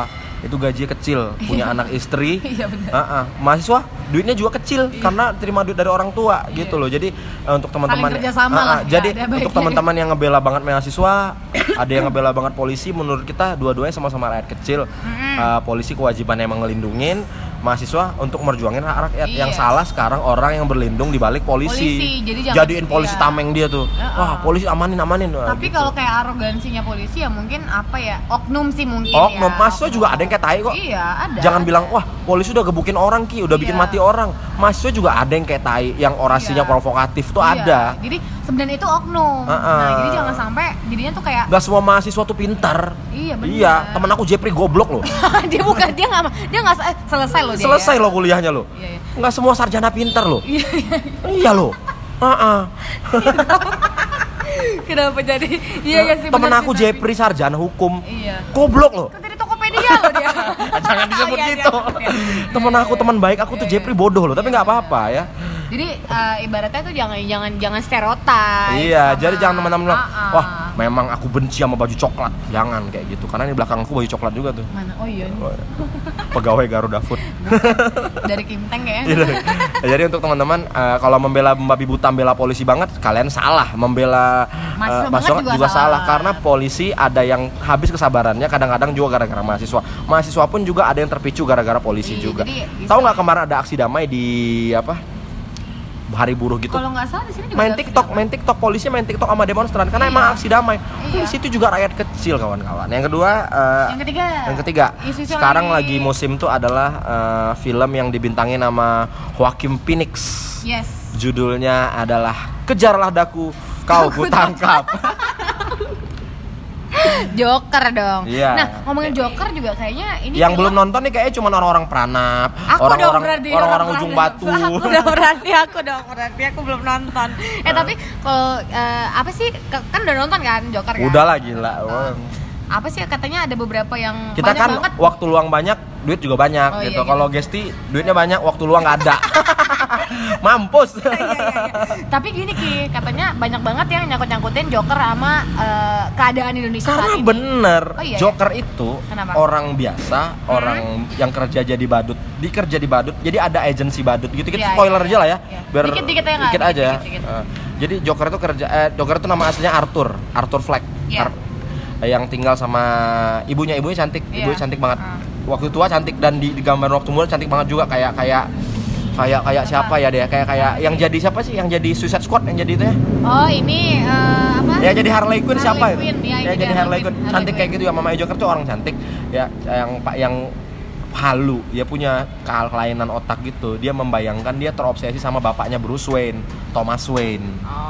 itu gajinya kecil, punya anak istri.
Iya benar.
Uh-uh. Mahasiswa duitnya juga kecil iya. karena terima duit dari orang tua iya. gitu loh. Jadi uh, untuk teman-teman
uh-uh.
lah, jadi untuk teman-teman yang ngebela banget mahasiswa, ada yang ngebela banget polisi, menurut kita dua-duanya sama-sama rakyat kecil. Mm-hmm. Uh, polisi kewajibannya emang ngelindungin, mahasiswa untuk merjuangin hak rakyat. Iya. Yang salah sekarang orang yang berlindung di balik polisi. polisi. Jadi jadiin polisi iya. tameng dia tuh. Uh-uh. Wah, polisi amanin amanin.
Tapi gitu. Kalau kayak arogansinya polisi ya mungkin apa ya? Oknum sih mungkin
Oknum.
ya.
Mahasiswa juga ada yang kayak tai kok.
Iya, ada.
Jangan bilang, "Wah, polisi udah gebukin orang Ki, udah iya. bikin mati orang." Mahasiswa juga ada yang kayak tai, yang orasinya iya. provokatif tuh iya. ada.
Jadi sebenarnya itu oknum. Uh-uh. Nah, jadi jangan sampai jadinya tuh kayak
gak semua mahasiswa tuh pintar.
Iya, benar.
Iya, temen aku Jepri goblok loh.
dia bukan dia nggak dia nggak eh, selesai loh dia.
Selesai
ya?
loh kuliahnya loh. Iya, iya. Nggak semua sarjana pintar loh. Iya, iya. iya loh. Heeh.
Kenapa jadi? Iya ya sih.
Temen aku Jepri sarjana hukum.
Iya.
Goblok loh.
Kan dari Tokopedia loh dia.
Jangan disebut oh, iya, gitu. Iya, iya. Temen aku teman baik aku tuh Jepri bodoh loh, tapi nggak apa-apa ya.
Jadi uh, ibaratnya tuh jangan jangan jangan stereotip.
Iya, sama, jadi jangan teman-teman bilang, uh-uh. wah memang aku benci sama baju coklat. Jangan kayak gitu, karena di belakang aku baju coklat juga tuh.
Mana? Oh iya.
Pegawai Garuda Food.
Dari Kimteng ya.
Jadi untuk teman-teman uh, kalau membela babi buta, membela polisi banget, kalian salah. Membela uh, mahasiswa juga, juga salah. salah karena polisi ada yang habis kesabarannya, kadang-kadang juga gara-gara mahasiswa. Mahasiswa pun juga ada yang terpicu gara-gara polisi iya, juga. Tahu nggak kemarin ada aksi damai di apa? Hari buruh gitu.
Kalau nggak salah di sini juga
main TikTok, main TikTok, polisi main TikTok sama demonstran karena iya. emang aksi damai. Iya. Di situ juga rakyat kecil kawan-kawan. Yang kedua, uh,
yang ketiga,
yang ketiga, sekarang lagi musim tuh adalah uh, film yang dibintangin sama Joaquin Phoenix.
Yes.
Judulnya adalah Kejarlah Daku, Kau Kutangkap.
Joker dong.
Iya.
Nah, ngomongin Joker juga kayaknya ini
yang film... belum nonton nih kayaknya cuma orang-orang Pranab,
aku
orang-orang
berarti,
orang-orang ujung batu.
Aku udah berarti aku dong berarti aku belum nonton. Eh uh. tapi kalau uh, apa sih kan udah nonton kan Joker kan?
Udah lah gila.
Uh, apa sih katanya ada beberapa yang
kita
banyak
kan
banget.
Waktu luang banyak, duit juga banyak
oh,
gitu.
Iya,
kalau
gitu.
Gesti duitnya banyak, waktu luang nggak ada. Mampus.
iya, iya, iya. Tapi gini Ki, katanya banyak banget yang nyangkut-nyangkutin Joker sama uh, keadaan Indonesia
karena
saat ini.
bener
oh, iya,
Joker
iya.
itu
Kenapa?
orang biasa, hmm? orang yang kerja jadi badut, dikerja di badut, jadi ada agensi badut gitu. Kita
iya,
spoiler
iya,
aja lah ya,
iya.
biar
dikit, dikit, ya,
dikit aja.
Dikit, dikit.
Uh, jadi Joker itu kerja, eh, Joker itu nama aslinya Arthur, Arthur Fleck.
Yeah.
Ar- yang tinggal sama ibunya, ibunya cantik, yeah. ibunya cantik banget. Uh. Waktu tua cantik dan di, di gambar waktu muda cantik banget juga, kayak kayak kayak kayak siapa ya dia, kayak kayak yang jadi siapa sih, yang jadi Suicide Squad yang jadi itu ya?
Oh ini uh, apa?
Ya jadi Harley Quinn
Harley
siapa
Quinn,
itu?
Ya,
ya jadi Harley Quinn,
Harley
cantik
Quinn.
kayak gitu ya. Mama Joker tuh orang cantik ya, yang pak yang halu, dia punya kelainan otak gitu. Dia membayangkan dia terobsesi sama bapaknya Bruce Wayne, Thomas Wayne.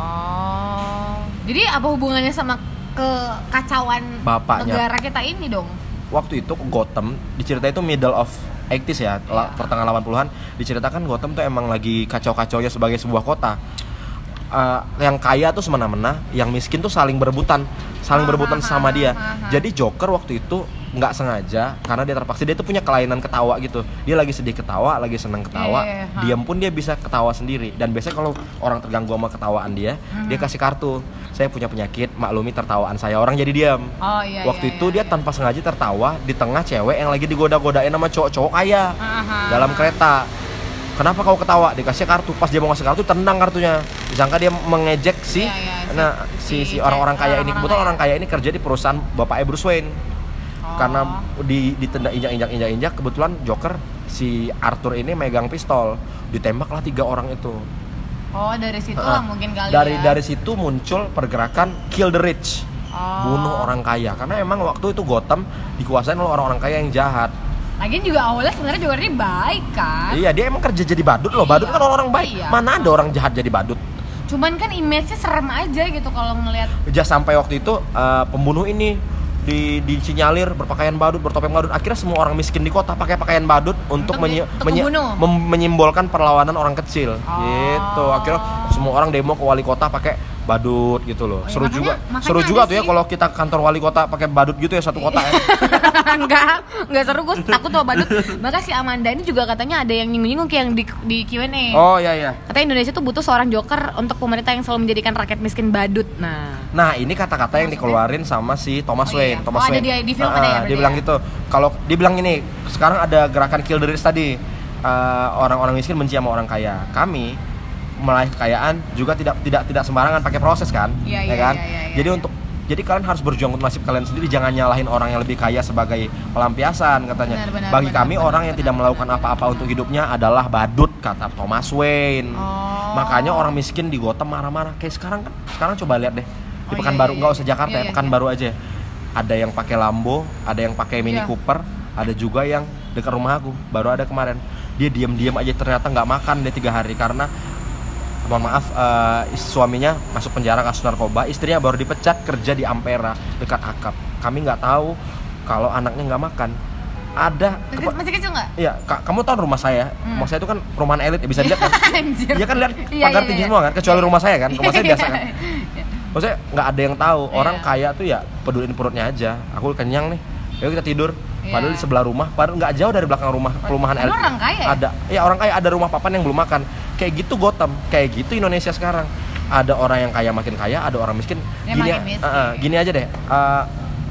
Oh, jadi apa hubungannya sama kekacauan bapaknya negara kita ini dong?
Waktu itu Gotham diceritain itu middle of eighties ya, yeah. pertengahan delapan puluhan, diceritakan Gotham tuh emang lagi kacau-kacaunya sebagai sebuah kota. Uh, yang kaya tuh semena-mena, yang miskin tuh saling berebutan, saling berebutan sama dia. Jadi Joker waktu itu nggak sengaja, karena dia terpaksa, dia tuh punya kelainan ketawa gitu. Dia lagi sedih ketawa, lagi seneng ketawa, yeah, yeah, diam pun dia bisa ketawa sendiri. Dan biasanya kalau orang terganggu sama ketawaan dia, uh-huh. dia kasih kartu. Saya punya penyakit, maklumi tertawaan saya. Orang jadi diam.
Oh, iya,
waktu
iya,
itu
iya,
dia tanpa sengaja tertawa di tengah cewek yang lagi digoda-godain sama cowok-cowok kaya uh-huh. dalam kereta. Kenapa kau ketawa? Dikasih kartu. Pas dia mau ngasih kartu, tendang kartunya. Disangka dia mengejek si, yeah, yeah, nah si si, si orang-orang kaya ini. Kebetulan orang kaya ini kerja di perusahaan bapaknya Bruce Wayne. Oh. Karena di ditendang injak-injak-injak-injak, kebetulan Joker si Arthur ini megang pistol, ditembaklah tiga orang itu.
Oh, dari situ lah uh, mungkin kali
dari,
ya.
Dari situ muncul pergerakan Kill the Rich. Oh. Bunuh orang kaya. Karena emang waktu itu Gotham dikuasain oleh orang-orang kaya yang jahat.
Lagian juga awalnya sebenarnya Joker ini baik kan?
Iya, dia emang kerja jadi badut loh. Badut iya, kan orang baik. Iya. Mana ada orang jahat jadi badut?
Cuman kan image-nya serem aja gitu kalau ngelihat.
Just sampai waktu itu uh, pembunuh ini di disinyalir berpakaian badut, bertopeng badut. Akhirnya semua orang miskin di kota pakai pakaian badut untuk, untuk, menyi- untuk menyi- mem- menyimbolkan perlawanan orang kecil. Oh. Gitu. Akhirnya semua orang demo ke wali kota pakai badut gitu loh. Oh, seru ya, makanya, juga. Makanya seru juga tuh ya kalau kita kantor wali kota pakai badut gitu ya, satu kota ya.
Enggak, enggak seru, gue takut sama badut. Maka si Amanda ini juga katanya ada yang nyinggung-nyinggung kayak yang di, di Q and A.
Oh iya iya.
Katanya Indonesia tuh butuh seorang joker untuk pemerintah yang selalu menjadikan rakyat miskin badut. Nah,
nah ini kata-kata yang dikeluarin sama si Thomas
oh,
Wayne.
Iya.
Thomas
oh,
Wayne.
Ada di, di film
uh,
ada ya?
Dia bilang
ya?
gitu. Kalau dia bilang ini, sekarang ada gerakan kill the rich tadi. Uh, orang-orang miskin benci sama orang kaya. Kami meraih kekayaan juga tidak tidak tidak sembarangan pakai proses kan,
ya,
ya
ya
kan?
Ya, ya, ya,
Jadi
ya.
untuk jadi kalian harus berjuang untuk nasib kalian sendiri, jangan nyalahin orang yang lebih kaya sebagai pelampiasan katanya.
Benar, benar,
Bagi
benar,
kami
benar,
orang
benar,
yang tidak
benar,
melakukan
benar,
apa-apa
benar,
untuk hidupnya adalah badut kata Thomas Wayne.
Oh.
Makanya orang miskin di Gotham marah-marah. Kayak sekarang kan, sekarang coba lihat deh di
Oh,
Pekanbaru,
iya, iya,
nggak
iya.
usah Jakarta
Iya,
ya,
iya,
Pekanbaru aja. Ada yang pakai Lambo, ada yang pakai Mini
Iya.
Cooper, ada juga yang dekat rumah aku. Baru ada kemarin. Dia diam-diam aja ternyata nggak makan deh tiga hari karena mohon maaf uh, suaminya masuk penjara kasus narkoba, istrinya baru dipecat kerja di Ampera dekat Akap. Kami nggak tahu kalau anaknya nggak makan. Ada
Masih,
kepa-
masih kecil nggak?
Iya, ka- kamu tahu rumah saya?
Hmm.
Rumah saya itu kan perumahan elit, ya, bisa dilihat kan?
Anjir.
Iya kan lihat
Iya,
pagar
iya,
tinggi
iya.
semua kan, kecuali rumah saya kan, rumah saya biasa kan.
Iya.
Maksudnya nggak ada yang tahu. Orang
Iya.
kaya tuh ya peduliin perutnya aja. Aku kenyang nih, yuk kita tidur.
Iya.
Padahal di sebelah rumah, padahal nggak jauh dari belakang rumah perumahan
Padahal
elit.
orang kaya ya?
Ada, ya orang kaya ada rumah papan yang belum makan. Kayak gitu Gotham, kayak gitu Indonesia sekarang. Ada orang yang kaya makin kaya, ada orang miskin.
Ya,
gini,
makin miskin.
uh, uh, gini aja deh. Uh,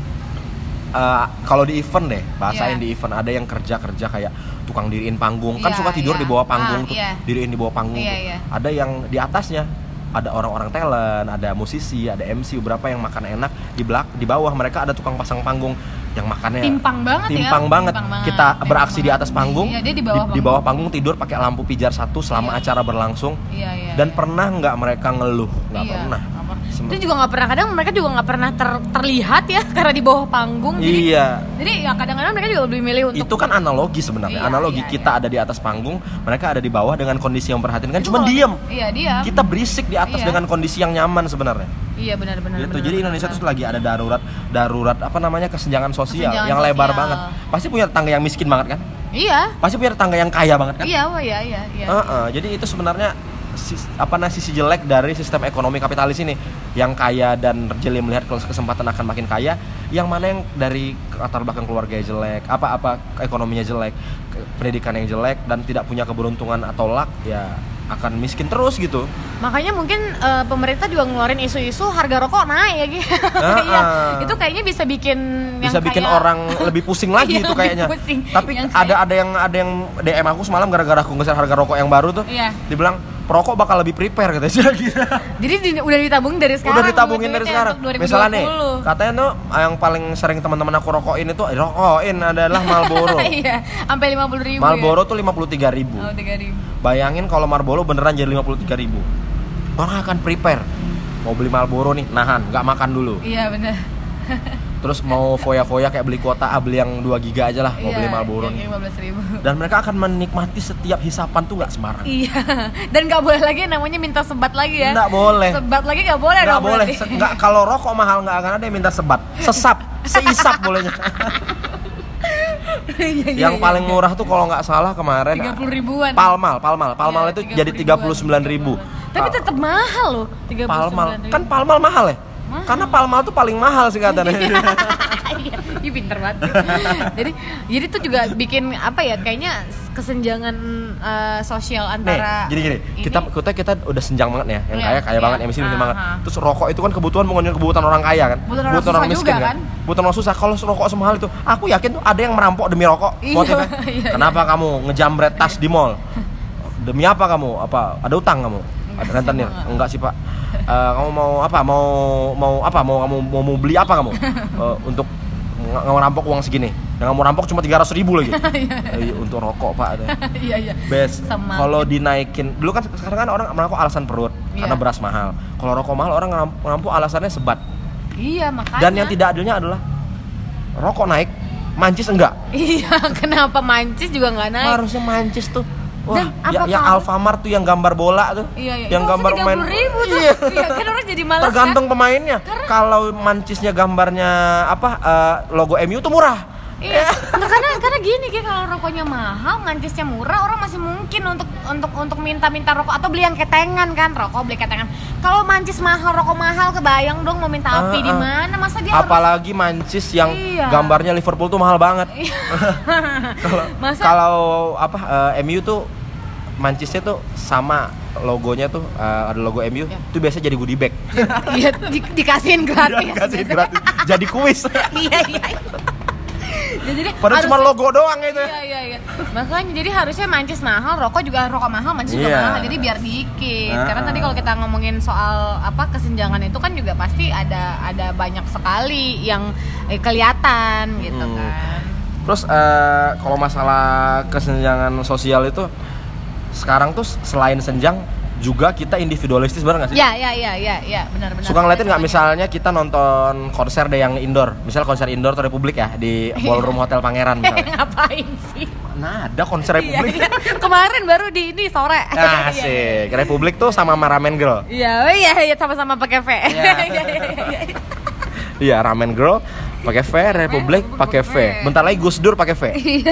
uh, kalau di event deh, bahasain
Iya.
di event ada yang kerja-kerja kayak tukang diriin panggung. Kan
Iya,
suka tidur
iya.
di bawah panggung
Ah,
tuh,
iya.
diriin di bawah panggung
Iya,
tuh.
iya.
Ada yang di atasnya ada orang-orang talent, ada musisi, ada M C, beberapa yang makan enak. Di belak di bawah mereka ada tukang pasang panggung yang makannya
Timpang banget ya.
timpang banget.
Timpang banget.
Kita
Timpang
beraksi di
banget.
atas panggung,
Iya, dia di bawah
di, di bawah panggung tidur pakai lampu pijar satu selama
Iya.
acara berlangsung.
Iya, iya.
Dan
iya.
pernah nggak mereka ngeluh? Nggak
Iya,
pernah.
nggak pernah.
Sem-
Itu juga nggak pernah, kadang mereka juga nggak pernah ter- terlihat ya karena di bawah panggung. Jadi,
Iya.
Jadi ya kadang-kadang mereka juga lebih milih untuk
Itu kan analogi sebenarnya.
Iya,
analogi
iya,
kita
iya.
ada di atas panggung, mereka ada di bawah dengan kondisi yang memperhatikan.
Itu
Cuma
kalau-
diem.
Iya, diam.
Kita berisik di atas
Iya.
dengan kondisi yang nyaman sebenarnya.
Iya, benar-benar.
Gitu.
benar,
Jadi
benar,
Indonesia
benar.
tuh lagi ada darurat, darurat apa namanya kesenjangan sosial
Kesenjangan
yang lebar
sosial.
banget. Pasti punya tetangga yang miskin banget kan?
Iya.
Pasti punya tetangga yang kaya banget kan?
Iya, oh iya, iya, iya.
Uh-uh. Jadi itu sebenarnya sis- apa nah sisi jelek dari sistem ekonomi kapitalis ini. Yang kaya dan jeli melihat kalau kesempatan akan makin kaya, yang mana yang dari latar belakang keluarga jelek, apa-apa ekonominya jelek, ke- pendidikan yang jelek dan tidak punya keberuntungan atau luck, ya akan miskin terus gitu.
Makanya mungkin eh, pemerintah juga ngeluarin isu-isu harga rokok naik ya gitu.
Ah,
Iya.
ah.
Itu kayaknya bisa bikin
Bisa
yang
bikin
kayak-
orang lebih pusing lagi
Iya,
itu
lebih
kayaknya.
pusing.
Tapi
Yang
ada
kayak-
ada yang ada yang D M aku semalam gara-gara aku ngeser harga rokok yang baru tuh.
Iya.
Dibilang perokok bakal lebih prepare katanya.
Jadi di- udah ditabung dari sekarang.
Udah ditabungin dari
duitnya
sekarang.
untuk dua ribu dua puluh.
Misalnya nih, katanya tuh yang paling sering teman-teman aku rokokin itu eh, rokokin adalah Marlboro.
Iya, sampai lima puluh ribu.
Marlboro tuh lima puluh tiga ribu.
Ya? Oh, tiga ribu.
Bayangin kalau Marlboro beneran jadi lima puluh tiga ribu. Orang akan prepare. Mau beli Marlboro nih, nahan, nggak makan dulu.
Iya, benar.
Terus mau foya-foya kayak beli kuota A, beli yang dua giga aja lah, mau beli Marlboro nih.
lima belas ribu.
Dan mereka akan menikmati setiap hisapan tuh nggak sembarang.
Iya. Dan nggak boleh lagi namanya minta sebat lagi ya.
Nggak boleh.
Sebat lagi nggak boleh
Nggak
dong
boleh.
berarti.
Se- nggak kalau rokok mahal nggak akan ada yang minta sebat, sesap, seisap bolehnya.
Iya, iya,
Yang
iya,
paling
iya.
murah tuh kalau nggak salah kemarin
tiga puluh ribuan.
Palmal, Palmal, Palmal
Iya,
itu jadi tiga puluh sembilan ribu.
Tapi tetap mahal loh, tiga puluh sembilan
Palmal,
ribu.
kan Palmal mahal ya?
Mahal.
Karena Palmal tuh paling mahal sih katanya.
Iya, iya pinter banget. jadi jadi tuh juga bikin apa ya? Kayaknya kesenjangan eh, sosial
Nih,
antara
gini-gini,
ini-
kita kita kita udah senjang banget nih ya, yang
Iya,
kaya kaya
iya.
banget, emisi miskin
Ah,
banget.
ah.
Terus rokok itu kan kebutuhan bukan kebutuhan orang kaya kan,
Kebutuhan orang susah juga, kan?
Kebutuhan orang susah. Kalau rokok semahal itu, aku yakin tuh ada yang merampok demi rokok.
Iya,
Motifnya,
iya,
kenapa kamu ngejambret tas di mall? Demi apa kamu? Apa ada utang kamu? Ada rentenir? Enggak sih pak. Eh, kamu mau apa? Mau mau apa? Mau kamu mau, mau beli apa kamu? Eh, untuk ng- ngerampok uang segini? Yang kamu rampok cuma tiga ratus ribu lagi. Eh, untuk rokok pak.
Iya, iya.
Best.
Sama-
Kalau dinaikin, dulu kan sekarang kan orang merampok alasan perut
Iya.
karena beras mahal. Kalau rokok mahal orang ngeramp- merampok alasannya sebat.
Iya, makanya.
Dan yang tidak adilnya adalah rokok naik, mancis enggak.
Iya, kenapa mancis juga nggak naik?
Harusnya mancis tuh. Wah,
Dan
ya,
apa
yang
kamu-
Alfamart tuh yang gambar bola tuh.
Iya, iya.
Yang
Itu
gambar
tiga
main.
puluh ribu tuh.
Iya.
Iya, kan orang jadi malas
Tergantung
kan?
pemainnya. Kalau mancisnya gambarnya apa eh, logo M U tuh murah.
Iya. Nggak, karena karena gini kayak kalau rokoknya mahal, mancisnya murah, orang masih mungkin untuk untuk untuk minta-minta rokok atau beli yang ketengan kan, rokok beli ketengan. Kalau mancis mahal, rokok mahal, kebayang dong mau minta api uh, uh. di mana? Masa dia
apalagi
harus...
mancis yang
iya.
gambarnya Liverpool tuh mahal banget. Kalau Masa... kalau apa uh, M U tuh mancisnya tuh sama logonya tuh uh, ada logo M U ya. Tuh biasa jadi goodie bag.
Iya, di, dikasihin gratis.
Ya, dikasihin gratis. Jadi kuis.
Iya, iya. Jadi
padahal cuma logo doang itu.
Iya, iya, iya. Makanya jadi harusnya mancis mahal, rokok juga rokok mahal, mancis yeah. juga mahal. Jadi biar dikit. Uh-huh. Karena tadi kalau kita ngomongin soal apa kesenjangan itu kan juga pasti ada ada banyak sekali yang eh, kelihatan gitu hmm. kan.
Terus uh, kalau masalah kesenjangan sosial itu sekarang tuh selain senjang juga kita individualistis, benar nggak sih?
Iya, iya, iya, iya, ya, benar-benar.
Suka ngeliatin nggak misalnya kita nonton konser deh yang indoor, misal konser indoor atau Republik ya di Ballroom Hotel Pangeran misalnya.
Ngapain sih?
Nah, ada konser Republik.
Iya, iya. Kemarin baru di ini sore.
Nah, sih, Republik tuh sama Ramen Girl.
Iya, iya, iya, sama-sama pakai V. Iya, iya, iya.
Iya, Ramen Girl pakai V, Republik pakai V. Bentar lagi Gus Dur pakai V.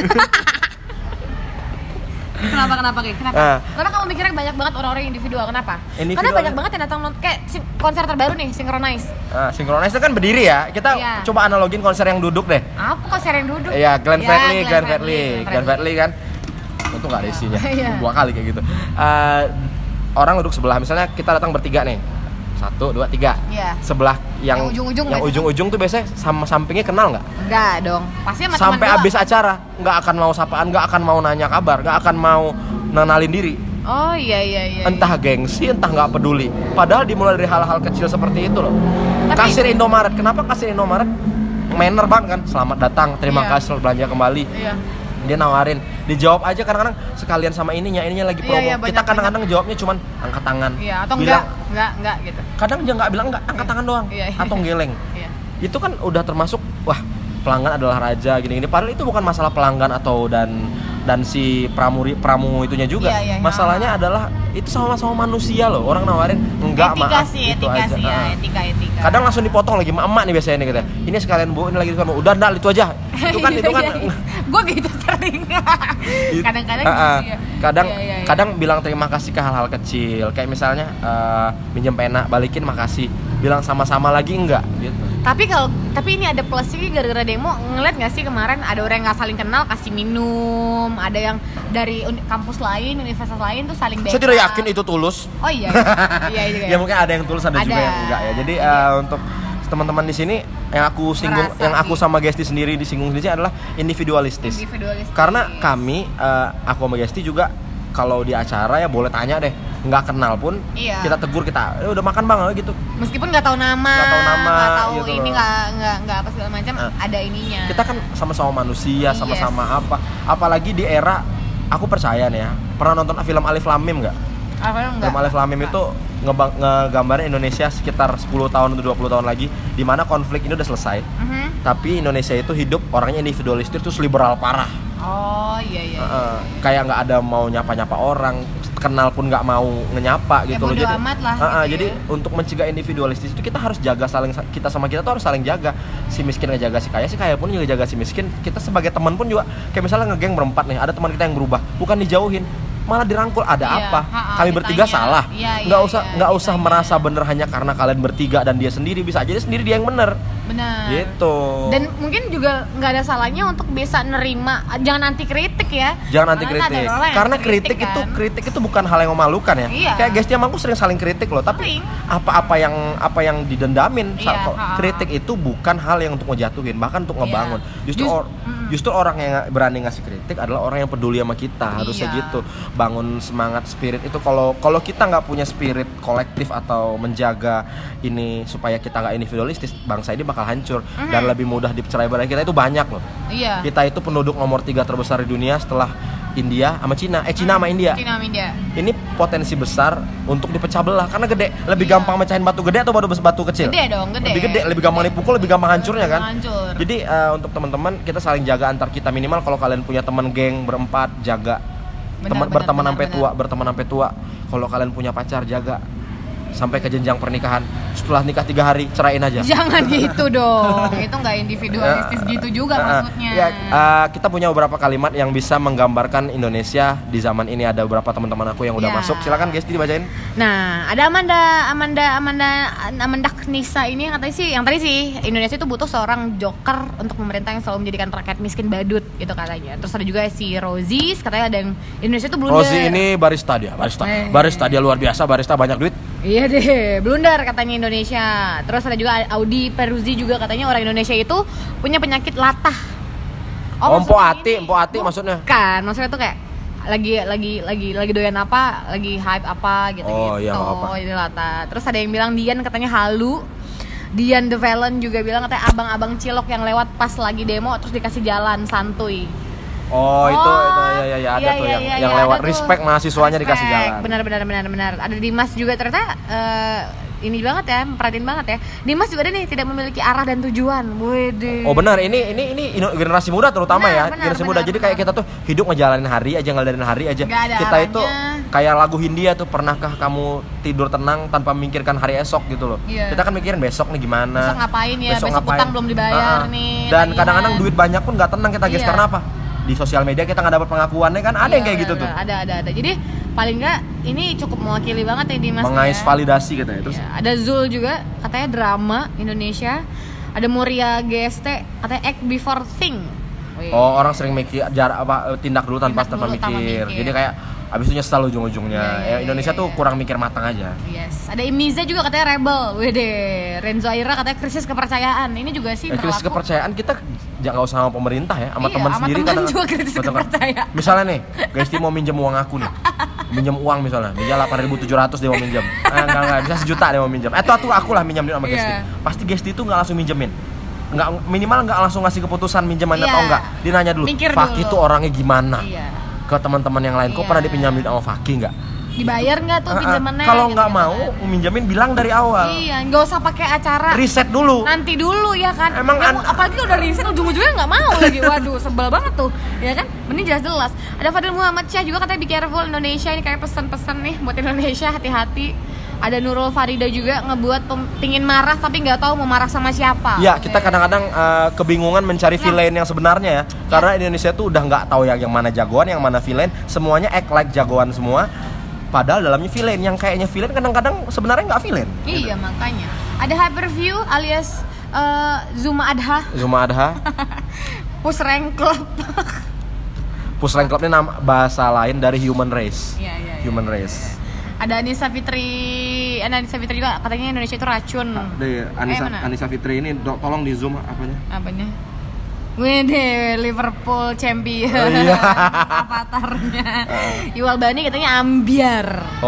Kenapa kenapa kayak kenapa? Uh, Karena kamu mikirnya banyak banget orang-orang individual. Kenapa? Individual Karena banyak banget yang datang nonton kayak konser terbaru nih, Synchronize.
Uh, Synchronize itu kan berdiri ya. Kita yeah. coba analogin konser yang duduk deh.
Apa konser yang duduk?
Iya, Glenn yeah, Fredly, Glenn Fredly, Glenn Fredly kan. Itu nggak ada isinya. Yeah. Dua kali kayak gitu. Uh, orang duduk sebelah, misalnya kita datang bertiga nih. Satu, dua, tiga.
Yeah.
Sebelah yang,
yang ujung-ujung,
yang ujung-ujung tuh biasanya sama sampingnya kenal nggak?
Enggak dong. Pasti sama
sampai habis acara nggak akan mau sapaan, nggak akan mau nanya kabar, nggak akan mau nenalin diri.
Oh iya iya iya.
Entah gengsi, entah nggak peduli. Padahal dimulai dari hal-hal kecil seperti itu loh. Tapi, kasir Indomaret, kenapa kasir Indomaret manner banget kan? Selamat datang, terima iya. kasih belanja kembali. Iya. Dia nawarin, dijawab aja kadang-kadang sekalian sama ininya, ininya lagi promo. Iya, iya, banyak, kita kadang-kadang banyak. Jawabnya cuman angkat tangan.
Iya, atau
bilang,
enggak, enggak, enggak gitu.
Kadang dia nggak bilang enggak, angkat iya. tangan doang. Iya, iya. Atau geleng. Iya. Itu kan udah termasuk wah, pelanggan adalah raja gini-gini. Padahal itu bukan masalah pelanggan atau dan dan si pramuri pramu itunya juga. Iya, iya, masalahnya iya. adalah itu sama-sama manusia loh. Orang nawarin enggak
etika
maaf
sih,
itu
etika
aja.
Sih, ya, etika etika.
Kadang langsung dipotong lagi emak nih biasanya nih gitu. Ini sekalian Bu, ini lagi kamu. Udah enggak itu aja. Itu kan itu kan
gue gitu sering. Kadang-kadang
uh, uh,
gitu ya.
Kadang
iya, iya, iya.
kadang bilang terima kasih ke hal-hal kecil. Kayak misalnya uh, minjem pena, balikin makasih. Bilang sama-sama lagi enggak gitu.
Tapi kalau tapi ini ada plus sih gara-gara demo, ngeliat nggak sih kemarin ada orang yang nggak saling kenal kasih minum, ada yang dari uni- kampus lain, universitas lain tuh saling backup.
Saya tidak yakin itu tulus.
Oh iya, iya, iya, iya.
Ya mungkin ada yang tulus, ada, ada. juga yang enggak ya. Jadi uh, untuk teman-teman di sini yang aku singgung, Merasa yang aku sama Gesti sendiri disinggung di sini adalah individualistis.
Individualistis.
Karena kami, uh, aku sama Gesti juga kalau di acara ya boleh tanya deh, nggak kenal pun iya. kita tegur, kita eh, udah makan bang gitu.
Meskipun nggak tahu nama,
nggak tahu nama,
nggak tahu
gitu
ini nggak nggak nggak apa segala macam, nah, ada ininya.
Kita kan sama-sama manusia, sama-sama yes. apa. Apalagi di era, aku percaya nih ya, pernah nonton film Alif Lam Mim nggak? Film Alif Lam Mim itu ngebang, ngegambarin Indonesia sekitar sepuluh tahun atau dua puluh tahun lagi, di mana konflik ini udah selesai. Uh-huh. Tapi Indonesia itu hidup orangnya individualistis, terus liberal parah.
Oh iya iya.
Uh, kayak nggak ada mau nyapa-nyapa orang, kenal pun nggak mau ngenyapa gitu
ya,
loh. Jadi,
amat lah,
uh, uh,
gitu
jadi
ya.
untuk mencegah individualistis itu kita harus jaga saling, kita sama kita tuh harus saling jaga. Si miskin ngejaga si kaya, si kaya pun juga jaga si miskin. Kita sebagai teman pun juga kayak misalnya ngegeng berempat nih, ada teman kita yang berubah, bukan dijauhin, malah dirangkul. Ada iya, apa? Ha-ha, kami ditanya. Bertiga salah. Iya, nggak iya, usah nggak iya, usah ditanya. Merasa bener hanya karena kalian bertiga dan dia sendiri, bisa aja dia sendiri dia yang bener.
Benar.
Gitu.
Dan mungkin juga nggak ada salahnya untuk bisa nerima, jangan anti kritik ya.
Jangan anti kritik. Karena kritik, kritik kan. itu kritik itu bukan hal yang memalukan ya.
Iya.
Kayak Gesti sama aku sering saling kritik loh, tapi sering. apa-apa yang apa yang didendamin.
Iya,
kritik itu bukan hal yang untuk ngejatuhin, bahkan untuk ngebangun.
Iya.
Justru
Just,
or, mm. justru orang yang berani ngasih kritik adalah orang yang peduli sama kita. Harusnya
iya.
gitu. Bangun semangat, spirit itu. Kalau kalau kita nggak punya spirit kolektif atau menjaga ini supaya kita nggak individualistis, bangsa ini bakal hancur. Mm-hmm. Dan lebih mudah dicerai berai. Kita itu banyak loh.
Iya.
Kita itu penduduk nomor tiga terbesar di dunia setelah India sama Cina. Eh Cina sama India.
Cina sama India. Ini
potensi besar untuk dipecah belah karena gede. Lebih iya. gampang mecahin batu gede atau batu batu kecil?
Gede dong, gede.
Lebih gede, lebih gampang dipukul, lebih gampang hancurnya kan?
Hancur.
Jadi uh, untuk teman-teman kita saling jaga antar kita, minimal kalau kalian punya teman geng berempat, jaga. Benar, teman benar, berteman sampai tua, berteman sampai tua. Kalau kalian punya pacar, jaga. sampai ke jenjang pernikahan. Setelah nikah tiga hari ceraiin aja.
Jangan gitu dong. Itu nggak individualistis gitu juga maksudnya.
Ya, uh, kita punya beberapa kalimat yang bisa menggambarkan Indonesia di zaman ini. Ada beberapa teman-teman aku yang udah
ya.
masuk. Silakan Gesti dibacain.
Nah, ada Amanda Amanda Amanda Amanda Nisa ini yang katanya sih, yang tadi sih Indonesia itu butuh seorang joker untuk pemerintah yang selalu menjadikan rakyat miskin badut gitu katanya. Terus ada juga si Rosie, katanya ada yang Indonesia itu blunder.
Rosie ini barista dia, barista.
Eh.
Barista dia luar biasa, barista banyak duit.
Iya deh, blunder katanya Indonesia. Terus ada juga Audi Peruzzi juga katanya orang Indonesia itu punya penyakit latah.
Oh, Empo Ati, Empo Ati maksudnya.
Kan, maksudnya tuh kayak lagi lagi lagi lagi doyan apa, lagi hype apa gitu
oh,
gitu.
Iya, apa.
Ini latah. Terus ada yang bilang Dian katanya halu. Dian The Valen juga bilang katanya abang-abang cilok yang lewat pas lagi demo terus dikasih jalan santuy.
Oh, oh itu itu ya ya, ya ada
iya,
tuh
iya,
yang
iya,
yang
iya,
lewat
tuh.
respect mahasiswanya respect. Dikasih jalan.
Benar benar benar benar. Ada Dimas juga ternyata uh, ini banget ya, perhatiin banget ya. Dimas juga ada nih tidak memiliki arah dan tujuan. Wede.
Oh benar, ini ini ini generasi muda terutama benar, ya, benar, generasi benar, muda. Benar, Jadi benar. Kayak kita tuh hidup ngejalanin hari aja, ngejalanin hari aja. Kita arahnya. Itu kayak lagu Hindia tuh, pernahkah kamu tidur tenang tanpa memikirkan hari esok gitu loh. Yeah. Kita kan mikirin besok nih gimana.
Besok ngapain ya, besok, besok
ngapain.
Utang belum dibayar uh-huh. nih.
Dan kadang-kadang duit banyak pun nggak tenang kita guys, yeah. Karena apa? Di sosial media kita nggak dapat pengakuannya kan, ada iya, yang kayak
ada,
gitu
ada,
tuh.
Ada ada ada. Jadi paling nggak ini cukup mewakili banget ya Dimas.
Mengais
ya.
validasi katanya. Terus
ya, ada Zul juga katanya drama Indonesia. Ada Muria G S T katanya act before think.
Wih. Oh orang sering mikir jar apa tindak dulu tanpa
tindak
tanpa
dulu,
mikir.
mikir.
Jadi kayak abis itu nyesel ujung-ujungnya. Ya, ya, ya, Indonesia ya, ya, tuh kurang mikir matang aja.
Yes. Ada Imiza juga katanya rebel. Wede. Renzo Aira katanya krisis kepercayaan. Ini juga sih
eh, krisis kepercayaan kita jangan usah sama pemerintah ya, sama
iya,
teman sendiri
kan.
Juga krisis kepercayaan. Misalnya nih, Gesti mau minjem uang aku nih. Minjem uang misalnya, minjem delapan ribu tujuh ratus dia mau minjem. Eh, enggak enggak, bisa sejuta dia mau minjem. Eh, tuh aku aku lah minjem sama Gesti. Yeah. Pasti Gesti itu enggak langsung minjemin. Enggak, minimal enggak langsung ngasih keputusan minjemannya yeah. Atau enggak. Dia nanya dulu, Faki tuh orangnya gimana? Yeah. Ke teman-teman yang lain, kok yeah. Pernah dipinjamin sama Faki enggak?
Dibayar nggak tuh pinjamannya?
Kalau nggak
gitu,
mau kan? Minjemin bilang dari awal.
Iya, nggak usah pakai acara.
Riset dulu.
Nanti dulu ya kan.
Emang
ya,
an-
apalagi udah riset ujung-ujungnya nggak mau lagi. Waduh, sebel banget tuh. Ya kan? Mending jelas-jelas. Ada Fadil Muhammad Syah juga katanya be careful Indonesia ini kayak pesan-pesan nih buat Indonesia hati-hati. Ada Nurul Farida juga ngebuat pem- pingin marah tapi nggak tahu mau marah sama siapa.
Ya kita kadang-kadang uh, kebingungan mencari ya. Villain yang sebenarnya ya. Karena ya. Indonesia tuh udah nggak tahu ya yang mana jagoan, yang mana villain. Semuanya act like jagoan semua. Padahal dalamnya villain, yang kayaknya villain kadang-kadang sebenarnya nggak villain.
Iya gitu. Makanya. Ada Hyperview alias uh, Zuma Adha.
Zuma Adha.
Push Rank Club.
Push Rank Club ini nama bahasa lain dari human race.
Iya, iya,
human
iya,
race.
Iya. Ada Anissa Fitri, Anissa Fitri juga katanya Indonesia itu racun.
Deh, Anissa, eh, Anissa Fitri ini do, tolong di zoom apanya?
Apanya? Wede, Liverpool champion. Oh, iya. Avatarnya. Uh. Iwal Bani katanya ambiar.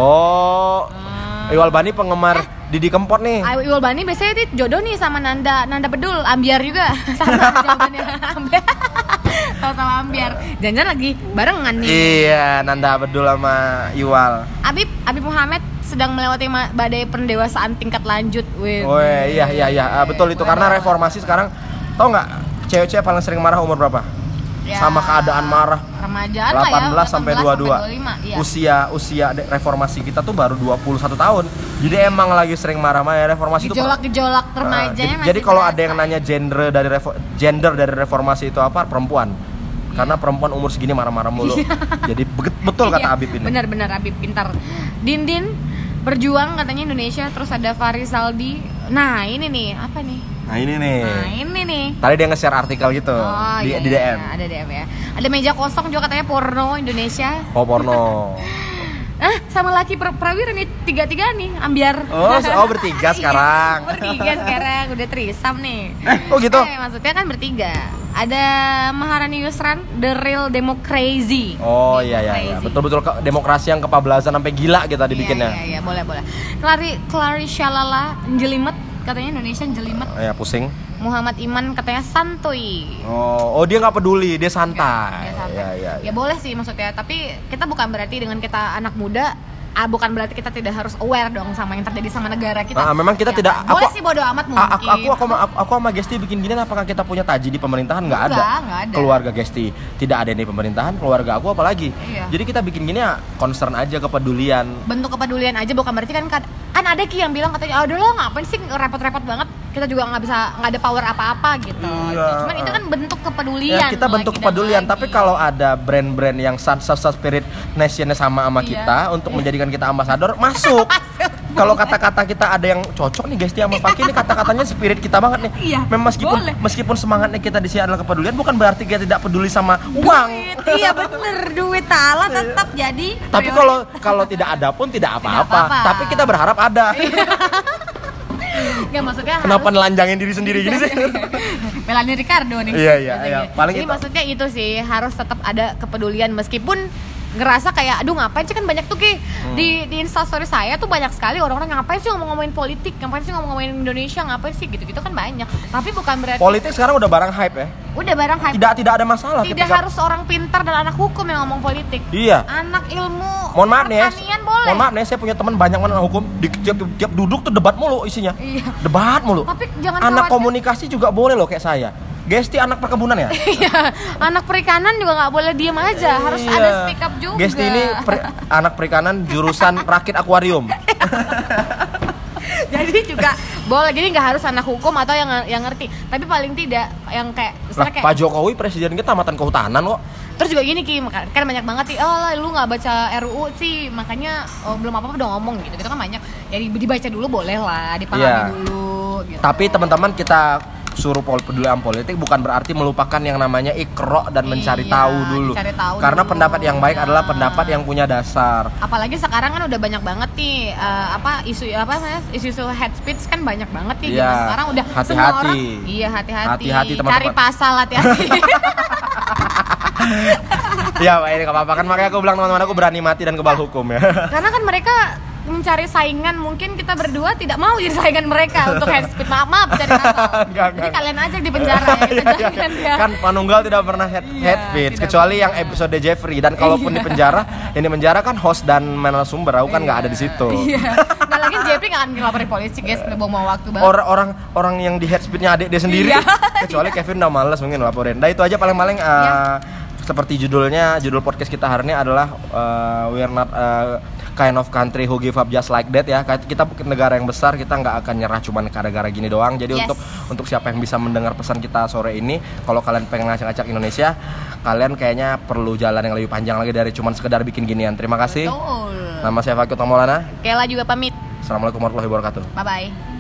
Oh. Uh. Iwal Bani penggemar eh. Didi Kempot nih.
Iwal Bani biasanya itu jodoh nih sama Nanda, Nanda Bedul, ambiar juga. Sama jawabannya. Ambiar. Sama-sama ambiar. Jangan lagi barengan nih.
Iya, Nanda Bedul sama Iwal.
Abib, Abib Muhammad sedang melewati badai pendewasaan tingkat lanjut. Wede.
Oh iya iya iya, betul itu. Wede. Karena reformasi sekarang tau nggak? Cewek-cewek paling sering marah umur berapa? Ya, sama keadaan marah.
Remajaan
delapan belas
ya,
sampai dua puluh dua.
dua puluh lima, iya.
Usia usia reformasi kita tuh baru dua puluh satu tahun. Jadi emang lagi sering marah-marah reformasi itu.
Gejolak-gejolak remajanya
uh, jadi,
masih
jadi kalau ada yang nanya gender dari revo, gender dari reformasi itu apa? Perempuan. Iya. Karena perempuan umur segini marah-marah mulu. Jadi betul kata
iya,
Abib ini.
Benar-benar Abib pintar. Dindin berjuang katanya Indonesia, terus ada Faris Saldi. Nah, ini nih, apa nih?
Nah ini nih.
Nah ini nih.
Tadi dia nge-share artikel gitu
oh,
di,
iya,
di D M.
Iya, ada D M ya. Ada meja kosong juga katanya porno Indonesia.
Oh porno.
Ah sama laki pra- Prawira nih tiga-tiga nih ambiar.
Oh, oh bertiga sekarang.
Bertiga sekarang udah trisam nih.
Eh, oh gitu.
Eh, maksudnya kan bertiga. Ada Maharani Yusran, The Real Democracy.
Oh iya iya iya. Betul-betul ke- demokrasi yang kepablasan sampai gila kita dibikinnya.
Iya iya, iya. boleh boleh. Clary Clary Shalala jelimet katanya Indonesia jelimet.
Oh, ya pusing.
Muhammad Iman katanya santuy.
Oh, oh dia nggak peduli, dia santai.
Dia santai.
Ya, ya, ya.
ya boleh sih maksudnya, tapi kita bukan berarti dengan kita anak muda, ah, bukan berarti kita tidak harus aware dong sama yang terjadi sama negara kita.
Nah, memang kita
ya,
tidak.
Boleh
aku,
sih bodo amat mungkin.
Aku aku aku, aku, aku sama Gesti bikin gini, apakah kita punya taji di pemerintahan? Nggak ada.
Nggak ada.
Keluarga Gesti tidak ada di pemerintahan, keluarga aku apalagi.
Iya.
Jadi kita bikin gini ya concern aja, kepedulian.
Bentuk kepedulian aja, bukan berarti kan kan ada Ki yang bilang katanya, aduh lo ngapain sih repot-repot banget, kita juga nggak bisa, nggak ada power apa-apa gitu.
Iya.
Cuman itu kan bentuk kepedulian.
Ya, kita bentuk kepedulian, tapi kalau ada brand-brand yang sasa spirit nationnya sama sama
Iya.
kita untuk menjadikan kita ambasador, masuk. Kalau kata-kata kita ada yang cocok nih guys, dia sama Fakih nih kata-katanya spirit kita banget nih.
Iya,
Memang meskipun
boleh.
meskipun semangatnya kita di sini adalah kepedulian, bukan berarti kita tidak peduli sama uang.
Duit, iya bener, duit tala tetap jadi.
Tapi kalau kalau tidak ada pun tidak apa-apa.
apa-apa.
Tapi kita berharap ada.
Nggak, maksudnya
Kenapa
harus
nelanjangin diri sendiri gini sih?
Melanie Ricardo nih.
Iya, iya,
Maksudnya.
iya. Paling
Jadi
itu.
maksudnya itu sih, harus tetap ada kepedulian meskipun ngerasa kayak aduh ngapain sih, kan banyak tuh Ki
Hmm.
di di Instastory saya tuh banyak sekali orang-orang yang ngapain sih ngomong-ngomongin politik, ngapain sih ngomong-ngomongin Indonesia, ngapain sih gitu-gitu kan banyak. Tapi bukan berarti
Politik sekarang udah barang hype ya.
udah barang hype.
Tidak tidak ada masalah
Tidak
ketika
harus orang pintar dan anak hukum yang ngomong politik.
Iya.
Anak ilmu
Mohon maaf nih ya.
pertanian boleh.
Mohon maaf nih, saya punya teman banyak mana hukum, di tiap, tiap duduk tuh debat mulu isinya.
Iya.
Debat mulu.
Tapi jangan
Anak
khawatir.
komunikasi juga boleh loh kayak saya. Gesti anak perkebunan ya?
Iya, anak perikanan juga nggak boleh diem aja, harus
Iya.
ada speak up juga.
Gesti ini per- anak perikanan jurusan rakit akuarium.
Jadi juga boleh, jadi nggak harus anak hukum atau yang yang ngerti, tapi paling tidak yang kayak
Lah,
misalnya kayak
Pak Jokowi presiden kita tamatan kehutanan kok.
terus juga gini Ki, maka- kan banyak banget sih, oh lah lu nggak baca R U U sih makanya oh, belum apa-apa udah ngomong gitu, gitu kan banyak. Jadi dibaca dulu boleh lah, dipahami
Iya.
dulu gitu.
Tapi teman-teman, kita suruh pol peduli sama politik bukan berarti melupakan yang namanya ikro dan mencari
Iya,
tahu dulu.
dicari tahu
Karena
dulu.
pendapat yang baik
Nah.
adalah pendapat yang punya dasar.
Apalagi sekarang kan udah banyak banget nih eh, apa isu apa namanya, isu-isu hate speech kan banyak banget nih.
Iya.
Zaman sekarang udah
Hati-hati.
semua orang iya hati-hati.
Hati-hati, teman-teman.
Cari pasal hati-hati.
Ya, Pak, ini gak apa-apa kan, makanya aku bilang teman-teman aku berani mati dan kebal hukum ya.
Karena kan mereka mencari saingan, mungkin kita berdua tidak mau jadi saingan mereka untuk hate speech. Maaf, maaf cari pasal.
Enggak,
Jadi
enggak.
kalian aja di penjara ya, kita
Iya, iya,
jangan
iya.
ya.
Kan Manunggal tidak pernah head,
Iya,
head speech,
tidak
kecuali
pernah.
yang episode Jeffrey. Dan kalaupun di penjara, yang di penjara kan host dan narasumber, aku kan nggak ada di situ.
Iya. Nah, lagi Jeffrey nggak akan ngelaporin polisi, guys, udah buang waktu banget.
Orang-orang orang yang di head speech-nya adik dia sendiri,
Iya.
kecuali Kevin udah males mungkin laporin. Nah, itu aja paling-paling. uh,
Iya.
Seperti judulnya, judul podcast kita hari ini adalah uh, We're not uh, kind of country who give up just like that ya. Kita bukan negara yang besar, kita nggak akan nyerah cuman ke negara gini doang. Jadi
Yes.
untuk untuk siapa yang bisa mendengar pesan kita sore ini, kalau kalian pengen ngacak-ngacak Indonesia, kalian kayaknya perlu jalan yang lebih panjang lagi dari cuman sekedar bikin ginian. Terima kasih.
Betul.
Nama saya Fakih Maulana.
Kela juga pamit.
Assalamualaikum warahmatullahi wabarakatuh.
Bye bye.